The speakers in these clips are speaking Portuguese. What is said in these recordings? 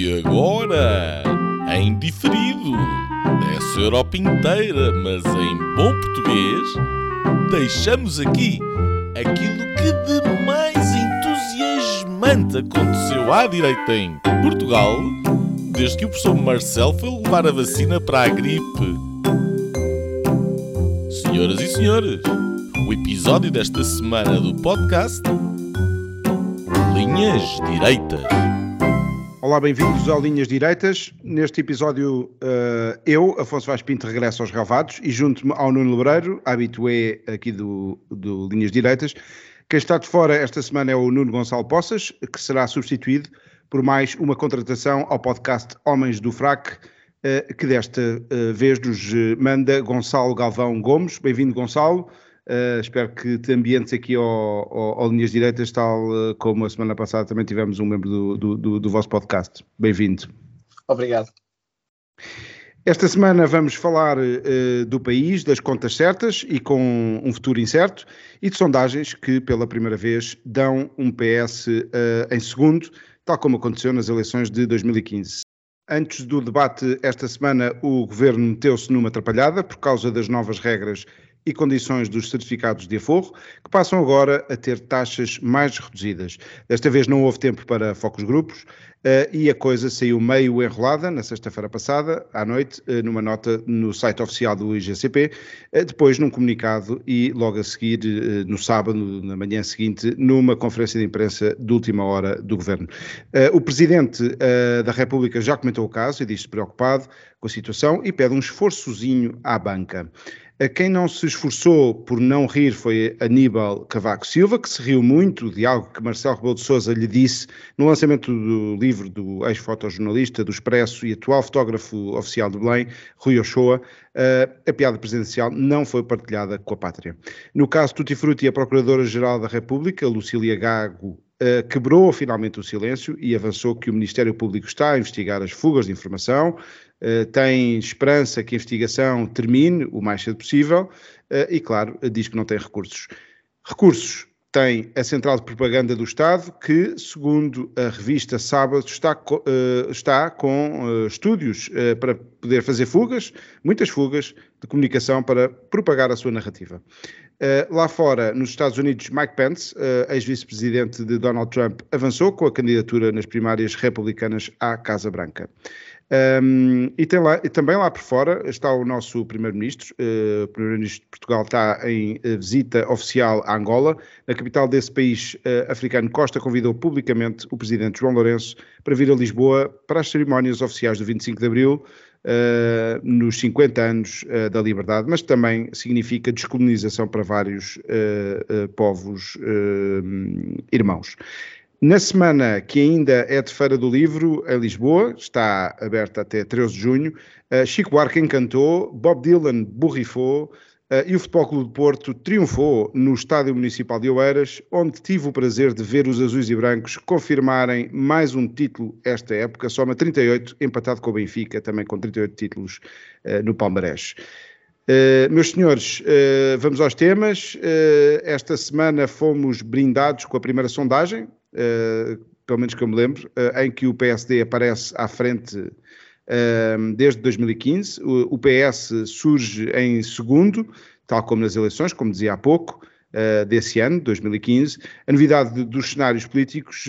E agora, em diferido, dessa Europa inteira, mas em bom português, deixamos aqui aquilo que de mais entusiasmante aconteceu à direita em Portugal, desde que o professor Marcelo foi levar a vacina para a gripe. Senhoras e senhores, o episódio desta semana do podcast Linhas Direitas. Olá, bem-vindos ao Linhas Direitas. Neste episódio, eu, Afonso Vaz Pinto, regresso aos relevados e junto-me ao Nuno Lebreiro, habitué aqui do Linhas Direitas. Quem está de fora esta semana é o Nuno Gonçalo Poças, que será substituído por mais uma contratação ao podcast Homens do Frac, que desta vez nos manda Gonçalo Galvão Gomes. Bem-vindo, Gonçalo. Espero que te ambientes aqui ao Linhas Direitas, tal como a semana passada também tivemos um membro do vosso podcast. Bem-vindo. Obrigado. Esta semana vamos falar do país, das contas certas e com um futuro incerto, e de sondagens que pela primeira vez dão um PS em segundo, tal como aconteceu nas eleições de 2015. Antes do debate esta semana, o Governo meteu-se numa atrapalhada por causa das novas regras e condições dos certificados de aforro, que passam agora a ter taxas mais reduzidas. Desta vez não houve tempo para focos grupos e a coisa saiu meio enrolada na sexta-feira passada, à noite, numa nota no site oficial do IGCP, depois num comunicado e logo a seguir, no sábado, na manhã seguinte, numa conferência de imprensa de última hora do Governo. O Presidente da República já comentou o caso e diz-se preocupado com a situação e pede um esforçozinho à banca. Quem não se esforçou por não rir foi Aníbal Cavaco Silva, que se riu muito de algo que Marcelo Rebelo de Sousa lhe disse no lançamento do livro do ex-fotojornalista do Expresso e atual fotógrafo oficial de Belém, Rui Ochoa. A piada presidencial não foi partilhada com a pátria. No caso Tutti Frutti, a Procuradora-Geral da República, Lucília Gago, quebrou finalmente o silêncio e avançou que o Ministério Público está a investigar as fugas de informação, tem esperança que a investigação termine o mais cedo possível e, claro, diz que não tem recursos. Recursos tem a Central de Propaganda do Estado, que, segundo a revista Sábado, está com estúdios para poder fazer fugas, muitas fugas de comunicação para propagar a sua narrativa. Lá fora, nos Estados Unidos, Mike Pence, ex-vice-presidente de Donald Trump, avançou com a candidatura nas primárias republicanas à Casa Branca. E também lá por fora está o nosso Primeiro-Ministro. O Primeiro-Ministro de Portugal está em visita oficial a Angola. Na capital desse país africano, Costa convidou publicamente o Presidente João Lourenço para vir a Lisboa para as cerimónias oficiais do 25 de Abril, nos 50 anos da liberdade, mas também significa descolonização para vários povos irmãos. Na semana que ainda é de Feira do Livro, em Lisboa, está aberta até 13 de junho, Chico Buarque encantou, Bob Dylan borrifou e o Futebol Clube de Porto triunfou no Estádio Municipal de Oeiras, onde tive o prazer de ver os azuis e brancos confirmarem mais um título esta época, soma 38, empatado com o Benfica, também com 38 títulos no palmarés. Meus senhores, vamos aos temas. Esta semana fomos brindados com a primeira sondagem, pelo menos que eu me lembro, em que o PSD aparece à frente desde 2015. O PS surge em segundo, tal como nas eleições, como dizia há pouco, desse ano, 2015. A novidade dos cenários políticos,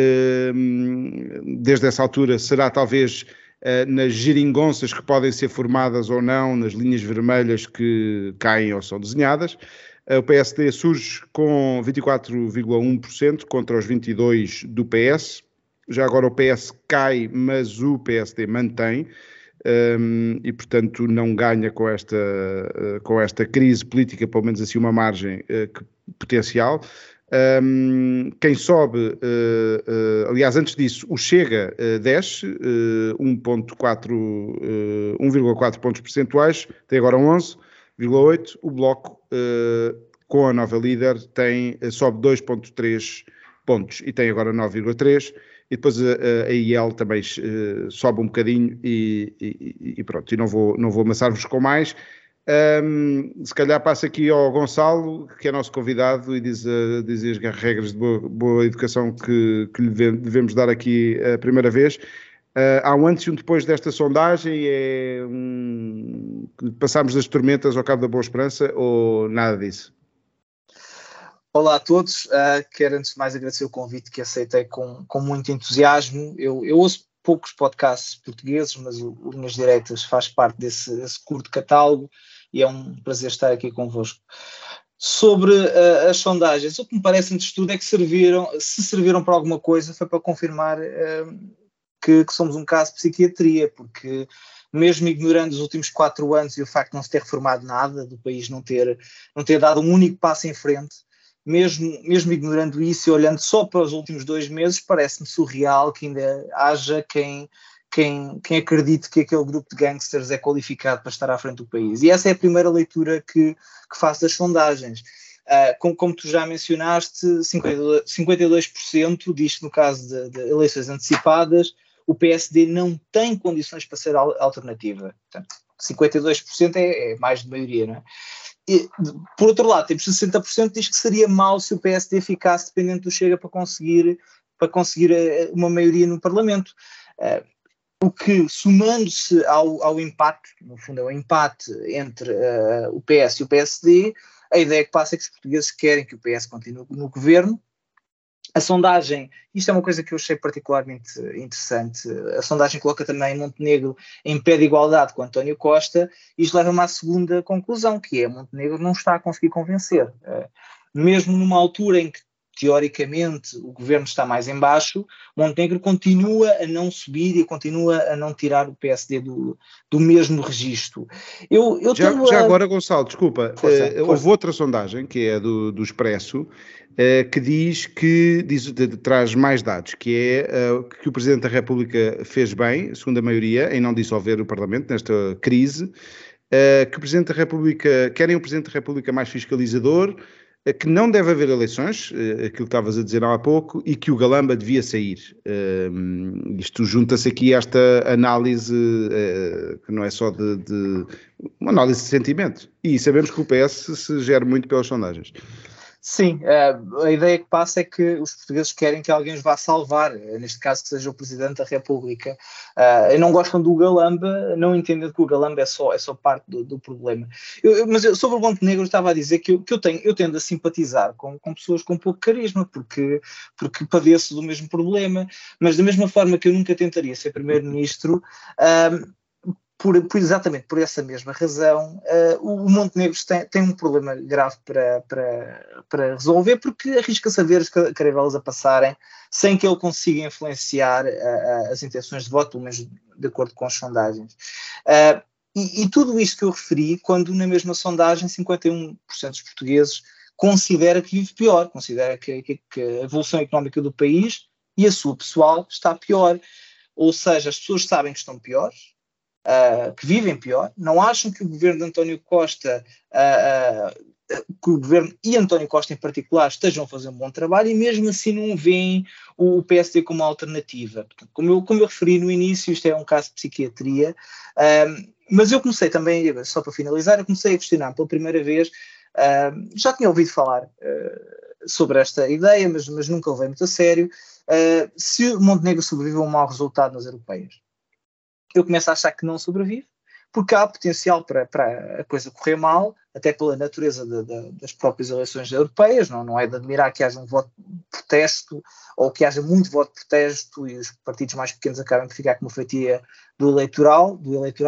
desde essa altura, será talvez nas geringonças que podem ser formadas ou não, nas linhas vermelhas que caem ou são desenhadas. O PSD surge com 24,1% contra os 22% do PS. Já agora o PS cai, mas o PSD mantém e, portanto, não ganha com esta crise política, pelo menos assim uma margem potencial. Quem sobe, aliás, antes disso, o Chega desce 1,4 pontos percentuais, tem agora 11,8. O Bloco, com a nova líder, sobe 2,3 pontos e tem agora 9,3. E depois a IEL também sobe um bocadinho e pronto, e não vou amassar-vos com mais. Se calhar passa aqui ao Gonçalo, que é nosso convidado, e diz as regras de boa educação que lhe devemos dar aqui a primeira vez. Há um antes e um depois desta sondagem? Passámos das tormentas ao Cabo da Boa Esperança ou nada disso? Olá a todos, quero antes de mais agradecer o convite que aceitei com muito entusiasmo. Eu ouço poucos podcasts portugueses, mas o Linhas Direitas faz parte desse curto catálogo e é um prazer estar aqui convosco. Sobre as sondagens, o que me parece antes de tudo é que se serviram para alguma coisa foi para confirmar que somos um caso de psiquiatria, porque mesmo ignorando os últimos 4 anos e o facto de não se ter reformado nada, do país não ter dado um único passo em frente, mesmo ignorando isso e olhando só para os últimos 2 meses, parece-me surreal que ainda haja quem acredite que aquele grupo de gangsters é qualificado para estar à frente do país. E essa é a primeira leitura que faço das sondagens. Como tu já mencionaste, 52% disto no caso de eleições antecipadas, o PSD não tem condições para ser alternativa. Portanto, 52% é mais de maioria, não é? E, por outro lado, temos 60% que diz que seria mau se o PSD ficasse dependente do Chega para conseguir uma maioria no Parlamento. O que, somando-se ao empate, no fundo é um empate entre o PS e o PSD, a ideia que passa é que os portugueses querem que o PS continue no governo. A sondagem, isto é uma coisa que eu achei particularmente interessante, a sondagem coloca também Montenegro em pé de igualdade com António Costa, e isto leva-me à segunda conclusão, que é Montenegro não está a conseguir convencer. Mesmo numa altura em que, teoricamente, o governo está mais em baixo, Montenegro continua a não subir e continua a não tirar o PSD do mesmo registro. Já agora, Gonçalo, desculpa, Força. Houve outra sondagem, que é do Expresso, que traz mais dados, que é que o Presidente da República fez bem, segundo a maioria, em não dissolver o Parlamento nesta crise, que o Presidente da República, querem um Presidente da República mais fiscalizador, que não deve haver eleições, aquilo que estavas a dizer há pouco, e que o Galamba devia sair. Isto junta-se aqui a esta análise, que não é só de uma análise de sentimento. E sabemos que o PS se gera muito pelas sondagens. Sim, a ideia que passa é que os portugueses querem que alguém os vá salvar, neste caso que seja o Presidente da República, e não gostam do Galamba, não entendem que o Galamba é só parte do problema. Mas sobre o Montenegro eu estava a dizer que eu tendo a simpatizar com pessoas com pouco carisma, porque padeço do mesmo problema, mas da mesma forma que eu nunca tentaria ser Primeiro-Ministro, exatamente por essa mesma razão, o Montenegro tem um problema grave para resolver, porque arrisca-se a ver as caravelas a passarem sem que ele consiga influenciar as intenções de voto, pelo menos de acordo com as sondagens. E tudo isto que eu referi, quando na mesma sondagem 51% dos portugueses considera que vive pior, considera que a evolução económica do país e a sua pessoal está pior. Ou seja, as pessoas sabem que estão piores, que vivem pior, não acham que o governo de António Costa, que o governo e António Costa em particular estejam a fazer um bom trabalho, e mesmo assim não veem o PSD como uma alternativa. Portanto, como eu referi no início, isto é um caso de psiquiatria, mas eu comecei também, só para finalizar, eu comecei a questionar pela primeira vez, já tinha ouvido falar sobre esta ideia, mas nunca levei muito a sério, se o Montenegro sobreviveu a um mau resultado nas europeias. Eu começo a achar que não sobrevive, porque há potencial para a coisa correr mal, até pela natureza das próprias eleições europeias. Não é de admirar que haja um voto de protesto, ou que haja muito voto de protesto e os partidos mais pequenos acabem por ficar com uma fatia do eleitorado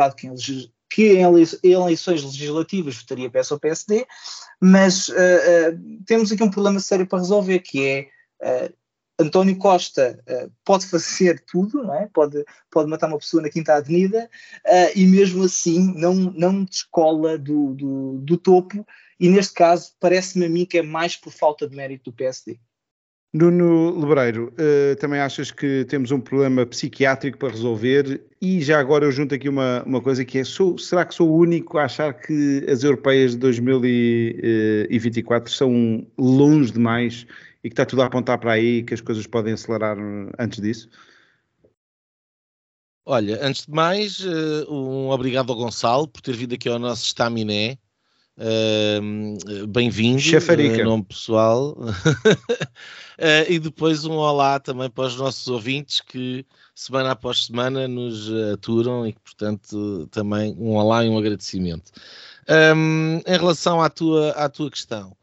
que em eleições legislativas votaria PS ou PSD, mas temos aqui um problema sério para resolver, que é António Costa pode fazer tudo, não é? Pode matar uma pessoa na Quinta Avenida, e mesmo assim não descola do topo, e neste caso parece-me a mim que é mais por falta de mérito do PSD. Nuno Lebreiro, também achas que temos um problema psiquiátrico para resolver? E já agora eu junto aqui uma coisa que é, será que sou o único a achar que as europeias de 2024 são longe demais e que está tudo a apontar para aí, que as coisas podem acelerar antes disso? Olha, antes de mais, um obrigado ao Gonçalo por ter vindo aqui ao nosso estaminé bem-vindo, em nome pessoal. E depois um olá também para os nossos ouvintes que semana após semana nos aturam e que, portanto, também um olá e um agradecimento. Em relação à tua questão,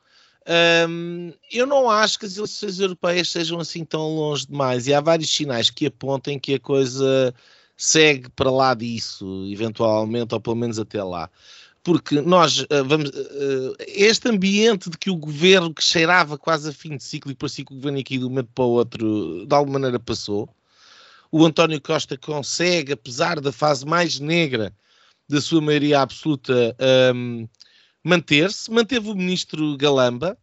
eu não acho que as eleições europeias sejam assim tão longe demais, e há vários sinais que apontem que a coisa segue para lá disso, eventualmente, ou pelo menos até lá. Porque nós este ambiente de que o governo, que cheirava quase a fim de ciclo, e parecia que o governo aqui de um momento para o outro de alguma maneira passou. O António Costa consegue, apesar da fase mais negra da sua maioria absoluta, manter-se. Manteve o ministro Galamba,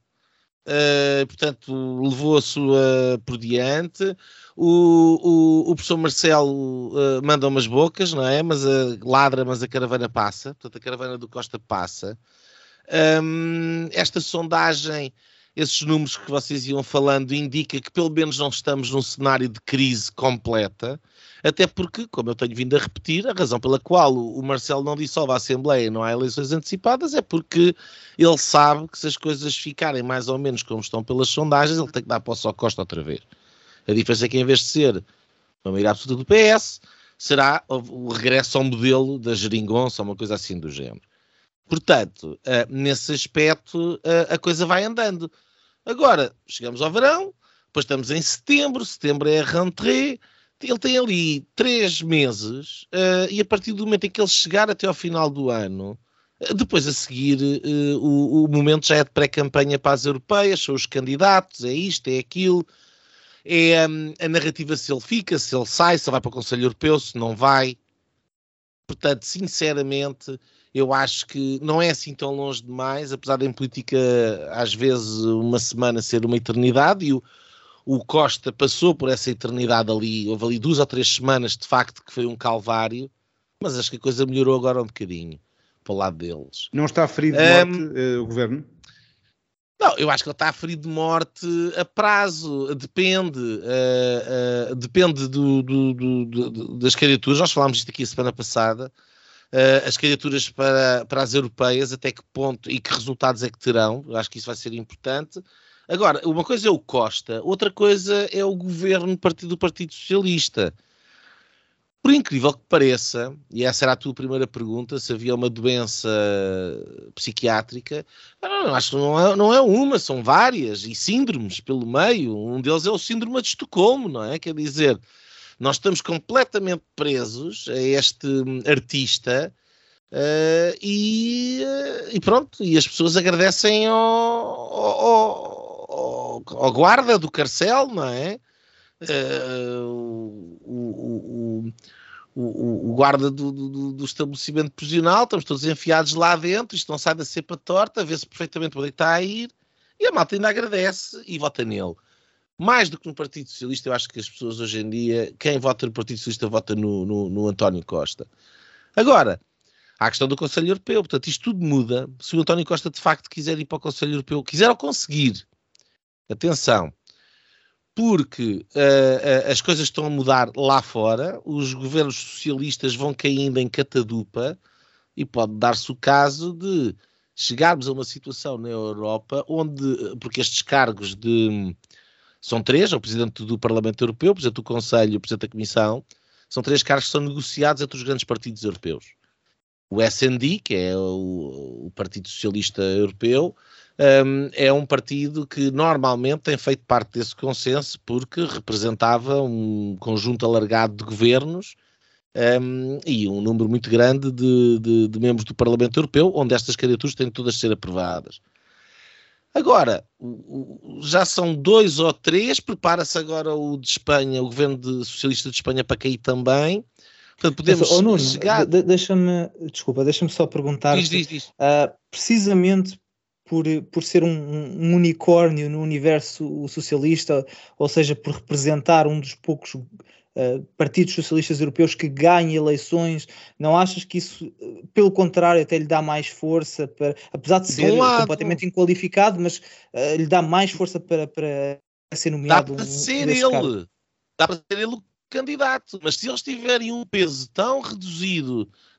portanto levou a sua por diante. O professor Marcelo manda umas bocas, não é? Mas ladra, mas a caravana passa. Portanto, a caravana do Costa passa. Esta sondagem, esses números que vocês iam falando, indica que pelo menos não estamos num cenário de crise completa, até porque, como eu tenho vindo a repetir, a razão pela qual o Marcelo não dissolve a Assembleia e não há eleições antecipadas é porque ele sabe que se as coisas ficarem mais ou menos como estão pelas sondagens, ele tem que dar posse ao Costa outra vez. A diferença é que, em vez de ser uma maioria absoluta do PS, será o regresso ao modelo da geringonça, uma coisa assim do género. Portanto, nesse aspecto, a coisa vai andando. Agora, chegamos ao verão, depois estamos em setembro é a rentrée, ele tem ali 3 meses, e a partir do momento em que ele chegar até ao final do ano, depois a seguir, o momento já é de pré-campanha para as europeias, são os candidatos, é isto, é aquilo, é a narrativa se ele fica, se ele sai, se ele vai para o Conselho Europeu, se não vai. Portanto, sinceramente, eu acho que não é assim tão longe demais, apesar de em política às vezes uma semana ser uma eternidade, e o Costa passou por essa eternidade ali, houve ali 2 ou 3 semanas de facto que foi um calvário, mas acho que a coisa melhorou agora um bocadinho para o lado deles. Não está ferido de morte o governo? Não, eu acho que ele está ferido de morte a prazo, depende das candidaturas. Nós falámos isto aqui a semana passada, as candidaturas para as europeias, até que ponto e que resultados é que terão. Eu acho que isso vai ser importante. Agora, uma coisa é o Costa, outra coisa é o governo do Partido Socialista. Por incrível que pareça, e essa era a tua primeira pergunta, se havia uma doença psiquiátrica, eu acho que não é uma, são várias, e síndromes pelo meio. Um deles é o síndrome de Estocolmo, não é? Quer dizer, nós estamos completamente presos a este artista, e pronto, e as pessoas agradecem ao guarda do carcel, não é? O guarda do estabelecimento prisional, estamos todos enfiados lá dentro, isto não sai da cepa torta, vê-se perfeitamente onde está a ir, e a malta ainda agradece e vota nele. Mais do que no Partido Socialista, eu acho que as pessoas hoje em dia, quem vota no Partido Socialista vota no António Costa. Agora, há a questão do Conselho Europeu, portanto isto tudo muda. Se o António Costa de facto quiser ir para o Conselho Europeu, quiser ou conseguir, atenção, porque as coisas estão a mudar lá fora, os governos socialistas vão caindo em catadupa, e pode dar-se o caso de chegarmos a uma situação na Europa onde, porque estes cargos são 3, o Presidente do Parlamento Europeu, o Presidente do Conselho e o Presidente da Comissão, são 3 cargos que são negociados entre os grandes partidos europeus. O SD, que é o Partido Socialista Europeu, é um partido que normalmente tem feito parte desse consenso porque representava um conjunto alargado de governos, e um número muito grande de membros do Parlamento Europeu, onde estas candidaturas têm todas de ser aprovadas. Agora, já são 2 ou 3, prepara-se agora o de Espanha, o governo socialista de Espanha, para cair também. Portanto, podemos Nuno, chegar... Deixa-me só perguntar. Diz. Precisamente por ser um unicórnio no universo socialista, ou seja, por representar um dos poucos partidos socialistas europeus que ganha eleições, não achas que isso, pelo contrário, até lhe dá mais força, apesar de ser completamente inqualificado, mas lhe dá mais força para ser nomeado? Dá para ser ele o candidato, mas se eles tiverem um peso tão reduzido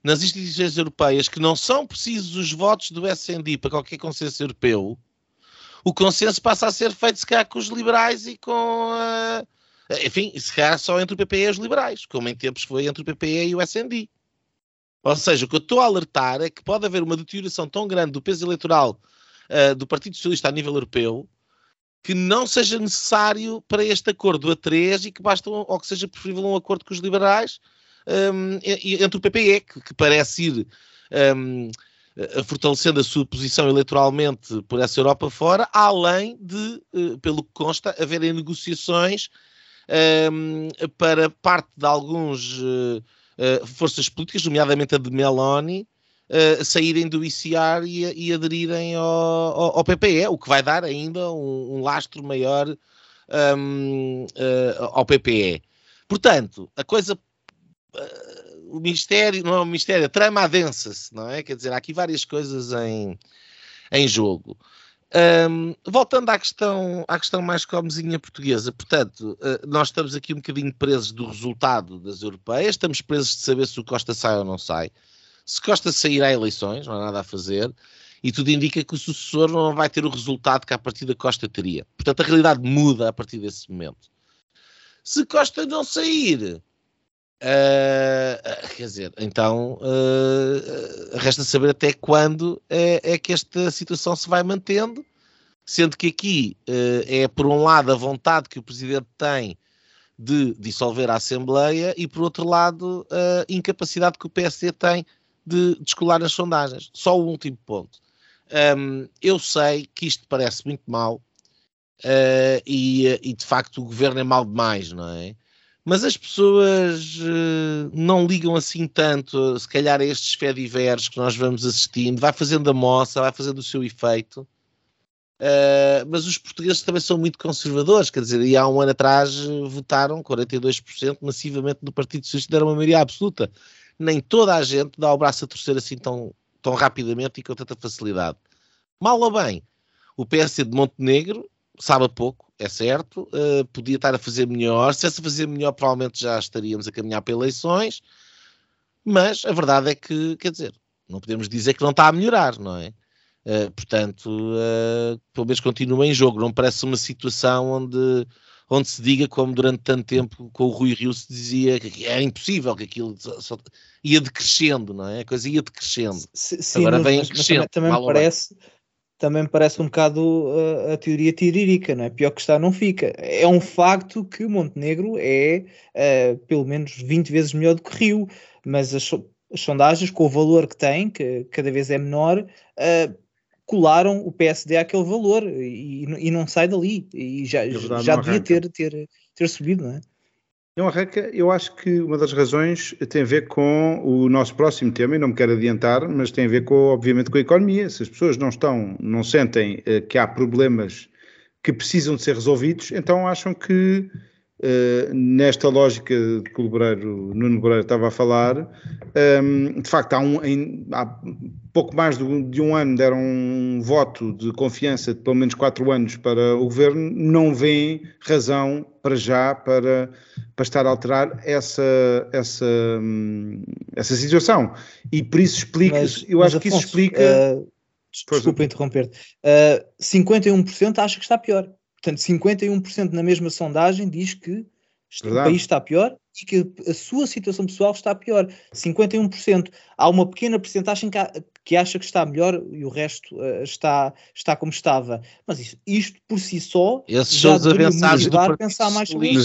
nas instituições europeias que não são precisos os votos do SND para qualquer consenso europeu, o consenso passa a ser feito se calhar com os liberais e com... enfim, se calhar só entre o PPE e os liberais, como em tempos foi entre o PPE e o SND. Ou seja, o que eu estou a alertar é que pode haver uma deterioração tão grande do peso eleitoral do Partido Socialista a nível europeu que não seja necessário para este acordo a 3 e que basta, ou que seja preferível um acordo com os liberais entre o PPE, que parece ir fortalecendo a sua posição eleitoralmente por essa Europa fora, além de, pelo que consta, haverem negociações para parte de alguns forças políticas, nomeadamente a de Meloni, saírem do ICR e aderirem ao PPE, o que vai dar ainda um lastro maior ao PPE. Portanto, a coisa... o Ministério, não é um Ministério, a trama adensa-se, não é? Quer dizer, há aqui várias coisas em jogo. Voltando à questão mais comezinha portuguesa, portanto, nós estamos aqui um bocadinho presos do resultado das europeias, estamos presos de saber se o Costa sai ou não sai. Se Costa sair, há eleições, não há nada a fazer, e tudo indica que o sucessor não vai ter o resultado que a partir da Costa teria. Portanto, a realidade muda a partir desse momento. Se Costa não sair... quer dizer, então resta saber até quando é que esta situação se vai mantendo, sendo que aqui é por um lado a vontade que o Presidente tem de dissolver a Assembleia e por outro lado a incapacidade que o PSD tem de descolar nas sondagens. Só o último ponto. Eu sei que isto parece muito mal e de facto o governo é mau demais, não é? Mas as pessoas não ligam assim tanto, se calhar, a estes fediveres que nós vamos assistindo. Vai fazendo a moça, vai fazendo o seu efeito. Mas os portugueses também são muito conservadores. Quer dizer, e há um ano atrás votaram 42% massivamente do Partido Socialista, deram uma maioria absoluta. Nem toda a gente dá o braço a torcer assim tão rapidamente e com tanta facilidade. Mal ou bem, o PSD de Montenegro sabe a pouco, é certo, podia estar a fazer melhor. Se estivesse a fazer melhor, provavelmente já estaríamos a caminhar para eleições, mas a verdade é que, quer dizer, não podemos dizer que não está a melhorar, não é? Portanto, pelo menos continua em jogo. Não parece uma situação onde se diga, como durante tanto tempo com o Rui Rio se dizia que era impossível, que aquilo só ia decrescendo, não é? A coisa ia decrescendo. Sim, agora vem crescendo. Também me parece um bocado a teoria tiririca, não é? Pior que está, não fica. É um facto que o Montenegro é pelo menos 20 vezes melhor do que Rio, mas as sondagens, com o valor que tem, que cada vez é menor, colaram o PSD àquele valor e não sai dali. E já devia ter subido, não é? Não arranca. Eu acho que uma das razões tem a ver com o nosso próximo tema, e não me quero adiantar, mas tem a ver obviamente com a economia. Se as pessoas não sentem que há problemas que precisam de ser resolvidos, então acham que nesta lógica que o Nuno Lebreiro estava a falar, de facto há pouco mais de um ano deram um voto de confiança de pelo menos 4 anos para o governo, não vêem razão para já para estar a alterar essa situação. E por isso explica-se, eu acho que isso explica... Desculpa interromper-te. 51% acha que está pior. Portanto, 51% na mesma sondagem diz que o país está pior e que a sua situação pessoal está pior. 51%. Há uma pequena percentagem que acha que está melhor e o resto está como estava. Mas isto por si só já deveria motivar a pensar mais sobre isso. Mas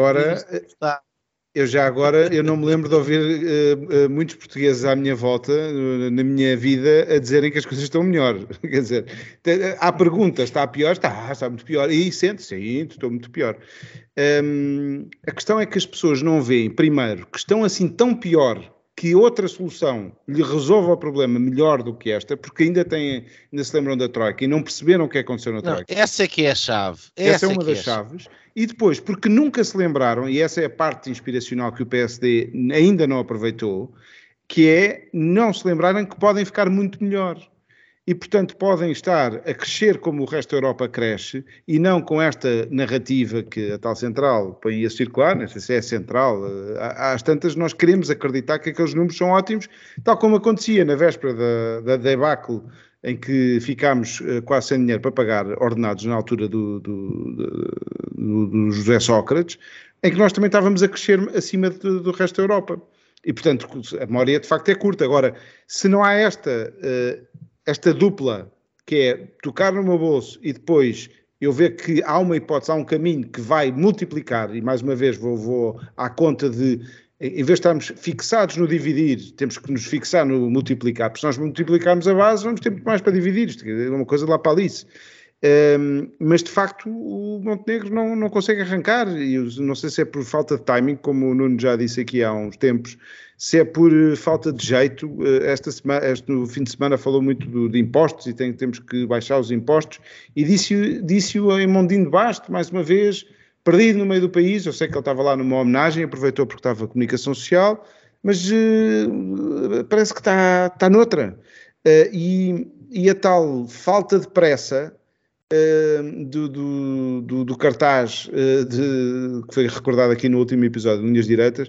eu não me lembro de ouvir muitos portugueses à minha volta, na minha vida, a dizerem que as coisas estão melhor. Quer dizer, há perguntas, está pior? Está muito pior. E sente-se, estou muito pior. A questão é que as pessoas não veem, primeiro, que estão assim tão pior que outra solução lhe resolva o problema melhor do que esta, porque ainda se lembram da Troika e não perceberam o que aconteceu na Troika. Essa é que é a chave. Essa é uma das chaves. E depois, porque nunca se lembraram, e essa é a parte inspiracional que o PSD ainda não aproveitou, que é não se lembrarem que podem ficar muito melhor. e, portanto, podem estar a crescer como o resto da Europa cresce e não com esta narrativa que a tal central põe a circular, não sei se é central, às tantas nós queremos acreditar que aqueles números são ótimos, tal como acontecia na véspera da debacle em que ficámos quase sem dinheiro para pagar ordenados na altura do José Sócrates, em que nós também estávamos a crescer acima do resto da Europa. E, portanto, a memória de facto é curta. Agora, se não há esta dupla, que é tocar no meu bolso e depois eu ver que há uma hipótese, há um caminho que vai multiplicar, e mais uma vez vou à conta de, em vez de estarmos fixados no dividir, temos que nos fixar no multiplicar, porque se nós multiplicarmos a base, vamos ter muito mais para dividir, isto é uma coisa lá para Alice. Mas de facto o Montenegro não consegue arrancar, e eu não sei se é por falta de timing, como o Nuno já disse aqui há uns tempos, se é por falta de jeito. No fim de semana falou muito de impostos e temos que baixar os impostos, e disse-o em Mondinho de Basto, mais uma vez, perdido no meio do país. Eu sei que ele estava lá numa homenagem, aproveitou porque estava a comunicação social, mas parece que está noutra. E a tal falta de pressa do cartaz que foi recordado aqui no último episódio de Linhas Direitas,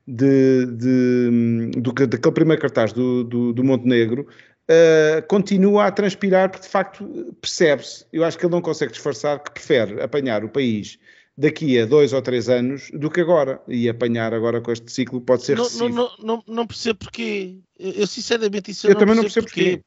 daquele primeiro cartaz do Montenegro, continua a transpirar, porque de facto percebe-se. Eu acho que ele não consegue disfarçar que prefere apanhar o país daqui a 2 ou 3 anos do que agora, e apanhar agora com este ciclo pode ser recessivo. Não percebo porquê. Eu sinceramente eu também não percebo porquê.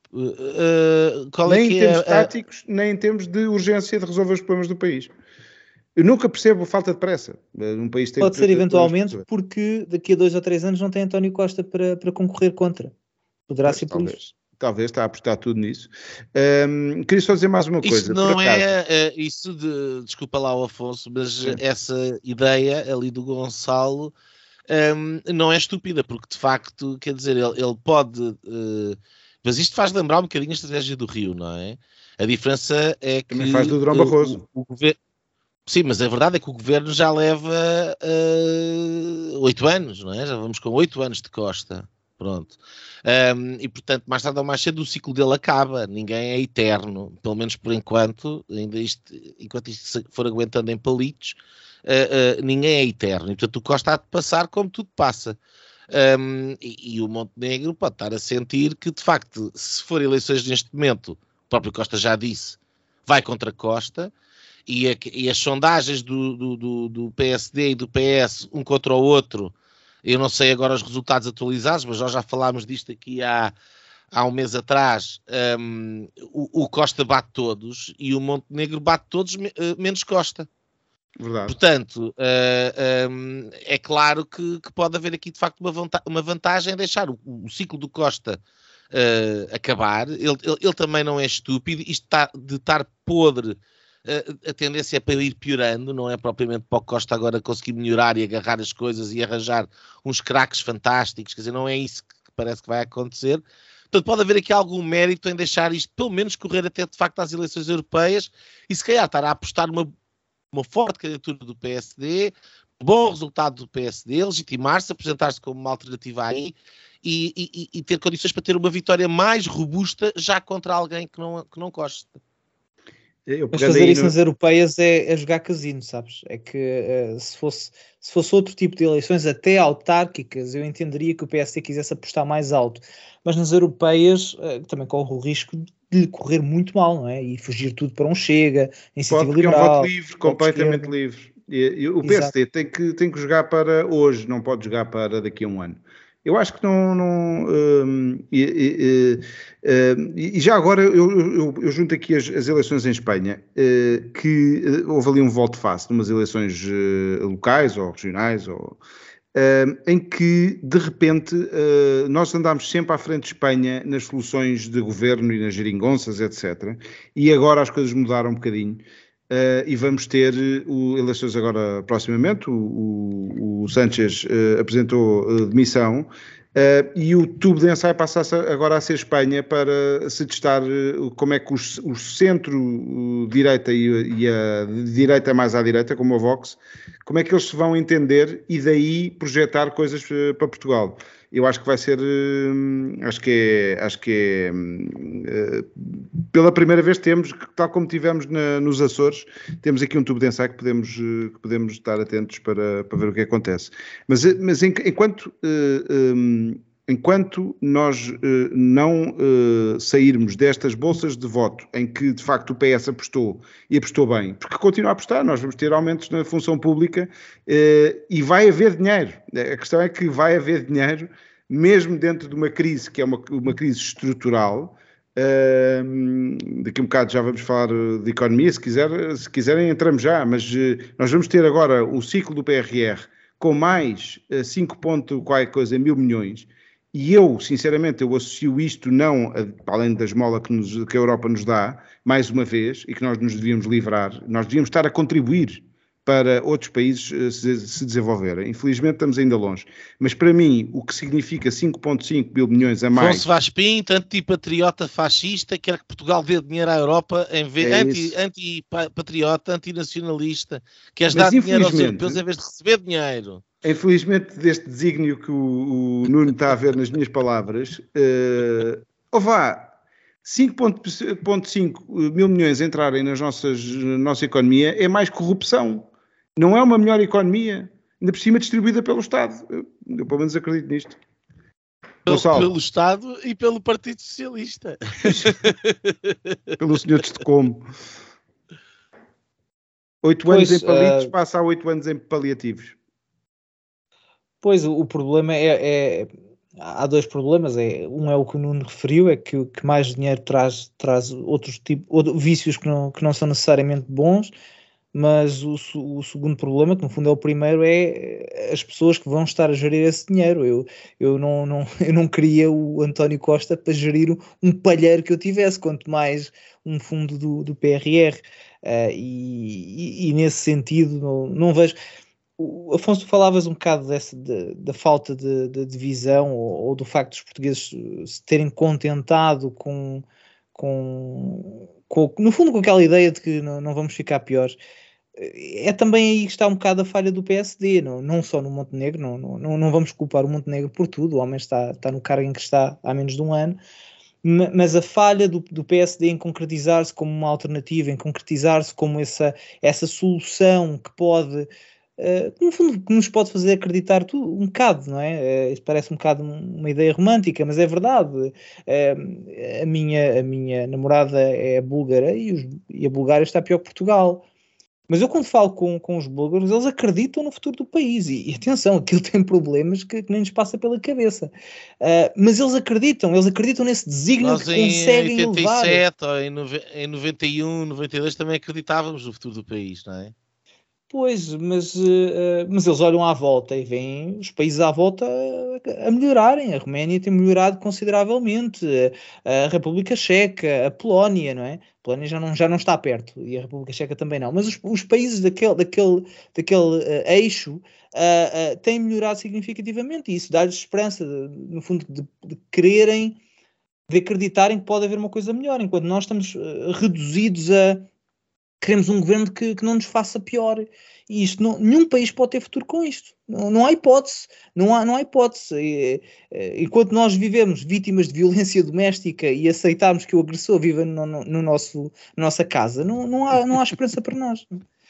Nem em termos táticos, nem em termos de urgência de resolver os problemas do país. Eu nunca percebo a falta de pressa. Um país tem pode ser eventualmente porque daqui a 2 ou 3 anos não tem António Costa para concorrer contra. Poderá ser por isso. Talvez está a apostar tudo nisso. Queria só dizer mais uma coisa. Isso não é isso de, desculpa lá o Afonso, mas essa ideia ali do Gonçalo não é estúpida, porque de facto, quer dizer, ele pode... mas isto faz lembrar um bocadinho a estratégia do Rio, não é? A diferença é que... Também faz do Durão Barroso. O governo... Sim, mas a verdade é que o governo já leva 8 anos, não é? Já vamos com 8 anos de Costa. Pronto. E portanto, mais tarde ou mais cedo o ciclo dele acaba. Ninguém é eterno, pelo menos por enquanto, enquanto isto for aguentando em palitos, ninguém é eterno. E portanto o Costa há de passar como tudo passa. E o Montenegro pode estar a sentir que, de facto, se for eleições neste momento, o próprio Costa já disse, vai contra Costa, e as sondagens do PSD e do PS, um contra o outro. Eu não sei agora os resultados atualizados, mas nós já falámos disto aqui há um mês atrás. O Costa bate todos e o Montenegro bate todos, menos Costa. Verdade. Portanto, é claro que pode haver aqui de facto uma vantagem em deixar o ciclo do Costa acabar. Ele também não é estúpido. Isto de estar podre, a tendência é para ir piorando, não é propriamente para o Costa agora conseguir melhorar e agarrar as coisas e arranjar uns craques fantásticos, quer dizer, não é isso que parece que vai acontecer. Portanto, pode haver aqui algum mérito em deixar isto pelo menos correr até de facto às eleições europeias e se calhar estar a apostar uma forte candidatura do PSD, bom resultado do PSD, legitimar-se, apresentar-se como uma alternativa aí e ter condições para ter uma vitória mais robusta já contra alguém que não goste. Mas fazer isso nas europeias é jogar casino, sabes? É que se fosse outro tipo de eleições, até autárquicas, eu entenderia que o PSD quisesse apostar mais alto. Mas nas europeias também corre o risco de lhe correr muito mal, não é? E fugir tudo para um Chega, iniciativa liberal. É um voto livre, completamente livre. E o PSD tem que jogar para hoje, não pode jogar para daqui a um ano. Eu acho que e já agora eu junto aqui as eleições em Espanha, que houve ali um volte-face numas eleições locais ou regionais, em que de repente nós andámos sempre à frente de Espanha nas soluções de governo e nas geringonças, etc. E agora as coisas mudaram um bocadinho. E vamos ter eleições agora proximamente. O Sánchez apresentou demissão e o tubo de ensaio passa agora a ser Espanha para se testar como é que o centro-direita e a direita mais à direita, como a Vox, como é que eles se vão entender e daí projetar coisas para Portugal. eu acho que vai ser, pela primeira vez temos, tal como tivemos nos Açores, temos aqui um tubo de ensaio que podemos estar atentos para ver o que acontece. Mas enquanto nós não sairmos destas bolsas de voto em que de facto o PS apostou e apostou bem, porque continua a apostar, nós vamos ter aumentos na função pública e vai haver dinheiro. A questão é que vai haver dinheiro mesmo dentro de uma crise que é uma crise estrutural. Daqui a um bocado já vamos falar de economia, se quiserem entramos já, mas nós vamos ter agora o ciclo do PRR com mais 5 ponto qualquer coisa, 1.000 milhões. E eu, sinceramente, eu associo isto não, além da esmola que a Europa nos dá, mais uma vez, e que nós nos devíamos livrar, nós devíamos estar a contribuir para outros países se desenvolverem. Infelizmente estamos ainda longe. Mas para mim, o que significa 5,5 mil milhões a mais... Afonso Vaz Pinto, antipatriota fascista, quer que Portugal dê dinheiro à Europa, antipatriota, antinacionalista, queres dar dinheiro aos europeus em vez de receber dinheiro. Infelizmente, deste desígnio que o Nuno está a ver nas minhas palavras, 5,5 mil milhões entrarem na nossa economia é mais corrupção. Não é uma melhor economia, ainda por cima distribuída pelo Estado. Eu pelo menos acredito nisto. Pelo Estado e pelo Partido Socialista. Pelo senhor de Estocolmo. 8 anos em palitos passa a 8 anos em paliativos. Pois, o problema há dois problemas. Um é o que o Nuno referiu, é que mais dinheiro traz outros vícios que não são necessariamente bons, mas o segundo problema, que no fundo é o primeiro, é as pessoas que vão estar a gerir esse dinheiro. Eu não queria o António Costa para gerir um palheiro que eu tivesse, quanto mais um fundo do PRR. E nesse sentido não vejo... Afonso, tu falavas um bocado da falta de visão ou do facto dos portugueses se terem contentado no fundo com aquela ideia de que não vamos ficar piores. É também aí que está um bocado a falha do PSD, não só no Montenegro, não vamos culpar o Montenegro por tudo, o homem está no cargo em que está há menos de um ano, mas a falha do PSD em concretizar-se como uma alternativa, em concretizar-se como essa solução que pode... no fundo, que nos pode fazer acreditar tudo, um bocado, não é? Isso parece um bocado uma ideia romântica, mas é verdade. A minha namorada é búlgara e a Bulgária está pior que Portugal. Mas eu, quando falo com os búlgaros, eles acreditam no futuro do país. E atenção, aquilo tem problemas que nem nos passa pela cabeça. Mas eles acreditam nesse desígnio que conseguem levar. Nós em 87, ou em 91, 92 também acreditávamos no futuro do país, não é? Pois, mas eles olham à volta e veem os países à volta a melhorarem. A Roménia tem melhorado consideravelmente, a República Checa, a Polónia, não é? A Polónia já não está perto e a República Checa também não. Mas os países daquele eixo têm melhorado significativamente e isso dá-lhes esperança, no fundo, de quererem, de acreditarem que pode haver uma coisa melhor, enquanto nós estamos reduzidos a... Queremos um governo que não nos faça pior. E isto nenhum país pode ter futuro com isto. Não há hipótese. Não há hipótese. Enquanto nós vivemos vítimas de violência doméstica e aceitarmos que o agressor viva na nossa casa, não há esperança para nós.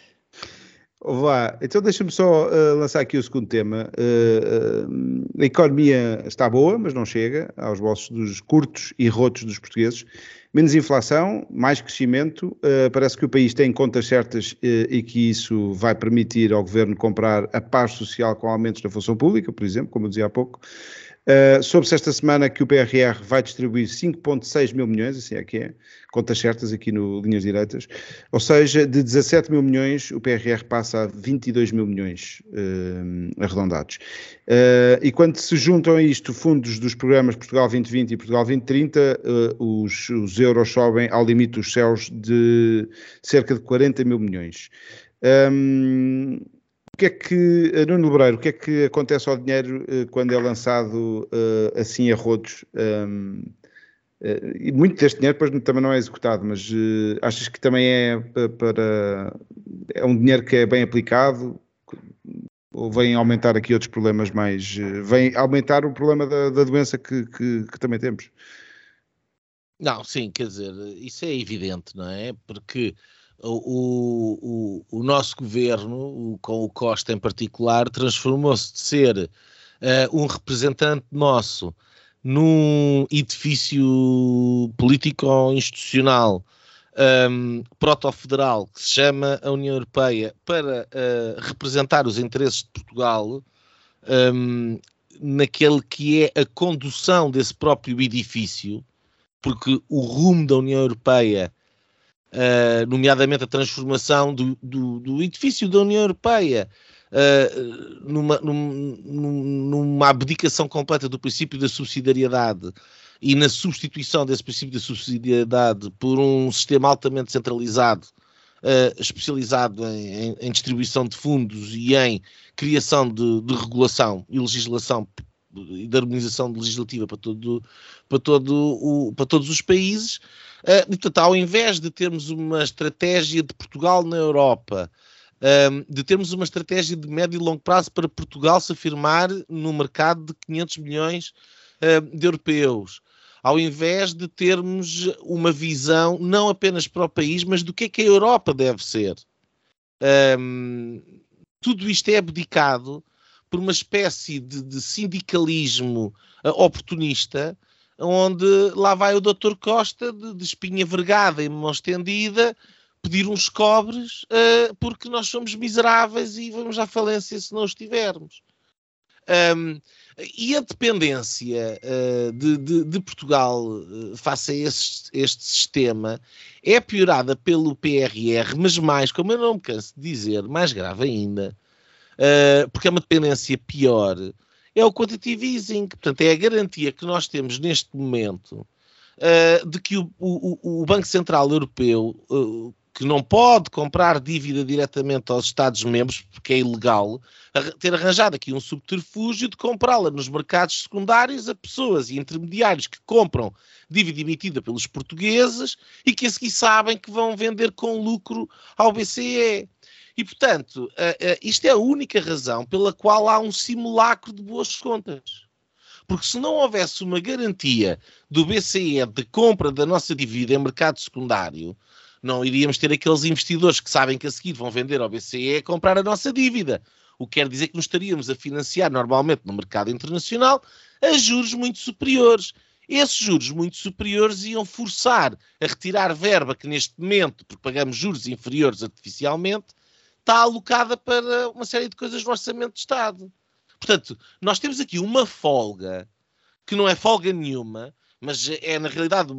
Então deixa-me só lançar aqui o segundo tema. A economia está boa, mas não chega aos bolsos dos curtos e rotos dos portugueses. Menos inflação, mais crescimento, parece que o país tem contas certas e que isso vai permitir ao governo comprar a paz social com aumentos na função pública, por exemplo, como eu dizia há pouco. Soube-se esta semana que o PRR vai distribuir 5,6 mil milhões, assim é que é, contas certas aqui no Linhas Direitas, ou seja, de 17 mil milhões o PRR passa a 22 mil milhões arredondados. E quando se juntam a isto fundos dos programas Portugal 2020 e Portugal 2030, os euros sobem ao limite dos céus de cerca de 40 mil milhões. O que é que, Nuno Lebreiro, o que é que acontece ao dinheiro quando é lançado assim a rodos? E muito deste dinheiro depois também não é executado, mas achas que também é um dinheiro que é bem aplicado? ou vem aumentar aqui outros problemas mais... vem aumentar o problema da doença que também temos? Não, sim, quer dizer, isso é evidente, não é? Porque o nosso governo, com o Costa em particular, transformou-se de ser um representante nosso num edifício político-institucional proto-federal que se chama a União Europeia para representar os interesses de Portugal naquele que é a condução desse próprio edifício, porque o rumo da União Europeia, nomeadamente a transformação do edifício da União Europeia numa abdicação completa do princípio da subsidiariedade e na substituição desse princípio da subsidiariedade por um sistema altamente centralizado, especializado em distribuição de fundos e em criação de regulação e legislação e de harmonização legislativa para todos os países. Portanto, ao invés de termos uma estratégia de Portugal na Europa, de termos uma estratégia de médio e longo prazo para Portugal se afirmar no mercado de 500 milhões de europeus, ao invés de termos uma visão não apenas para o país, mas do que é que a Europa deve ser. Tudo isto é abdicado por uma espécie de sindicalismo oportunista, onde lá vai o Dr. Costa de espinha vergada e mão estendida pedir uns cobres porque nós somos miseráveis e vamos à falência se não os tivermos. E a dependência de Portugal face a este sistema é piorada pelo PRR, mas mais, como eu não me canso de dizer, mais grave ainda, porque é uma dependência pior, é o quantitative easing. Portanto, é a garantia que nós temos neste momento de que o Banco Central Europeu, que não pode comprar dívida diretamente aos Estados-membros, porque é ilegal, ter arranjado aqui um subterfúgio de comprá-la nos mercados secundários a pessoas e intermediários que compram dívida emitida pelos portugueses e que a seguir sabem que vão vender com lucro ao BCE. E, portanto, isto é a única razão pela qual há um simulacro de boas contas. Porque se não houvesse uma garantia do BCE de compra da nossa dívida em mercado secundário, não iríamos ter aqueles investidores que sabem que a seguir vão vender ao BCE a comprar a nossa dívida. O que quer dizer que nos estaríamos a financiar normalmente no mercado internacional a juros muito superiores. Esses juros muito superiores iam forçar a retirar verba que neste momento, porque pagamos juros inferiores artificialmente, está alocada para uma série de coisas no Orçamento de Estado. Portanto, nós temos aqui uma folga, que não é folga nenhuma, mas é na realidade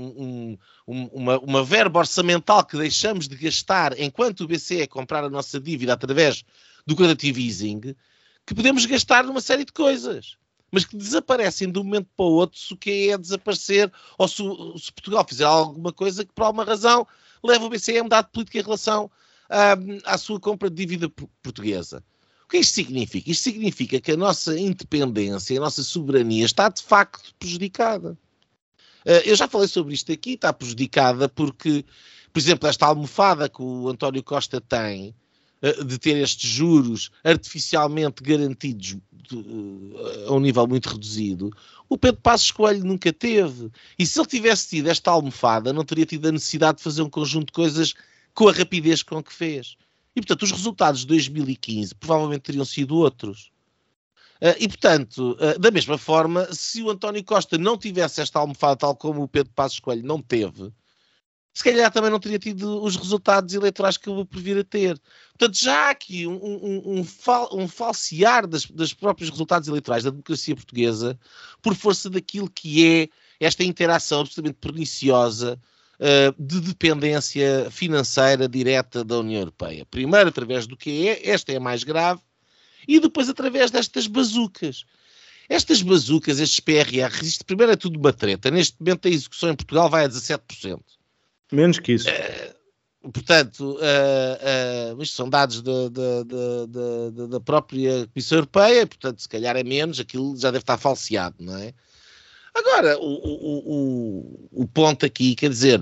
uma verba orçamental que deixamos de gastar enquanto o BCE comprar a nossa dívida através do quantitative easing, que podemos gastar numa série de coisas, mas que desaparecem de um momento para o outro se o que é desaparecer, ou se Portugal fizer alguma coisa que por alguma razão leva o BCE a mudar de política em relação à sua compra de dívida portuguesa. O que isto significa? Isto significa que a nossa independência, a nossa soberania está de facto prejudicada. Eu já falei sobre isto aqui, está prejudicada porque, por exemplo, esta almofada que o António Costa tem, de ter estes juros artificialmente garantidos a um nível muito reduzido, o Pedro Passos Coelho nunca teve. E se ele tivesse tido esta almofada, não teria tido a necessidade de fazer um conjunto de coisas com a rapidez com que fez. E, portanto, os resultados de 2015 provavelmente teriam sido outros. E, portanto, da mesma forma, se o António Costa não tivesse esta almofada tal como o Pedro Passos Coelho não teve, se calhar também não teria tido os resultados eleitorais que eu vou por vir a ter. Portanto, já há aqui um falsear dos próprios resultados eleitorais da democracia portuguesa por força daquilo que é esta interação absolutamente perniciosa de dependência financeira direta da União Europeia. Primeiro através do que esta é a mais grave, e depois através destas bazucas. Estas bazucas, estes PRR, isto primeiro é tudo uma treta. Neste momento a execução em Portugal vai a 17%. Menos que isso. Portanto, isto são dados da própria Comissão Europeia, portanto, se calhar é menos, aquilo já deve estar falseado, não é? Agora, o ponto aqui, quer dizer,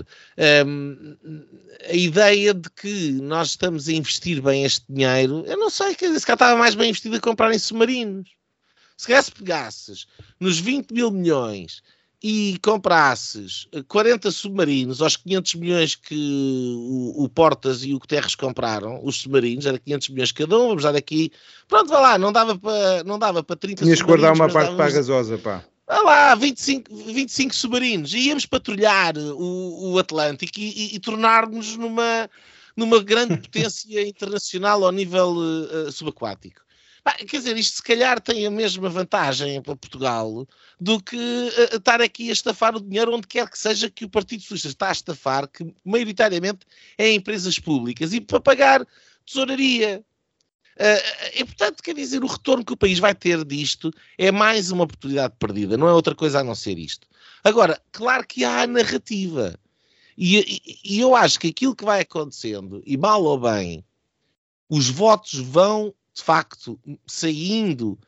a ideia de que nós estamos a investir bem este dinheiro, eu não sei, quer dizer, se cá estava mais bem investido a comprar em submarinos. Se calhar se pegasses nos 20 mil milhões e comprasses 40 submarinos aos 500 milhões que o Portas e o Guterres compraram, os submarinos, era 500 milhões cada um, vamos dar aqui, pronto, vá lá, não dava para 30 Tinhas submarinos. que guardar uma parte para a gasosa, pá. Vá lá, 25 submarinos, e íamos patrulhar o Atlântico e tornar-nos numa grande potência internacional ao nível subaquático. Quer dizer, isto se calhar tem a mesma vantagem para Portugal do que estar aqui a estafar o dinheiro onde quer que seja que o Partido Socialista está a estafar, que maioritariamente é em empresas públicas, e para pagar tesouraria. E portanto, quer dizer, o retorno que o país vai ter disto é mais uma oportunidade perdida, não é outra coisa a não ser isto. Agora, claro que há a narrativa. E eu acho que aquilo que vai acontecendo, e mal ou bem, os votos vão de facto saindo.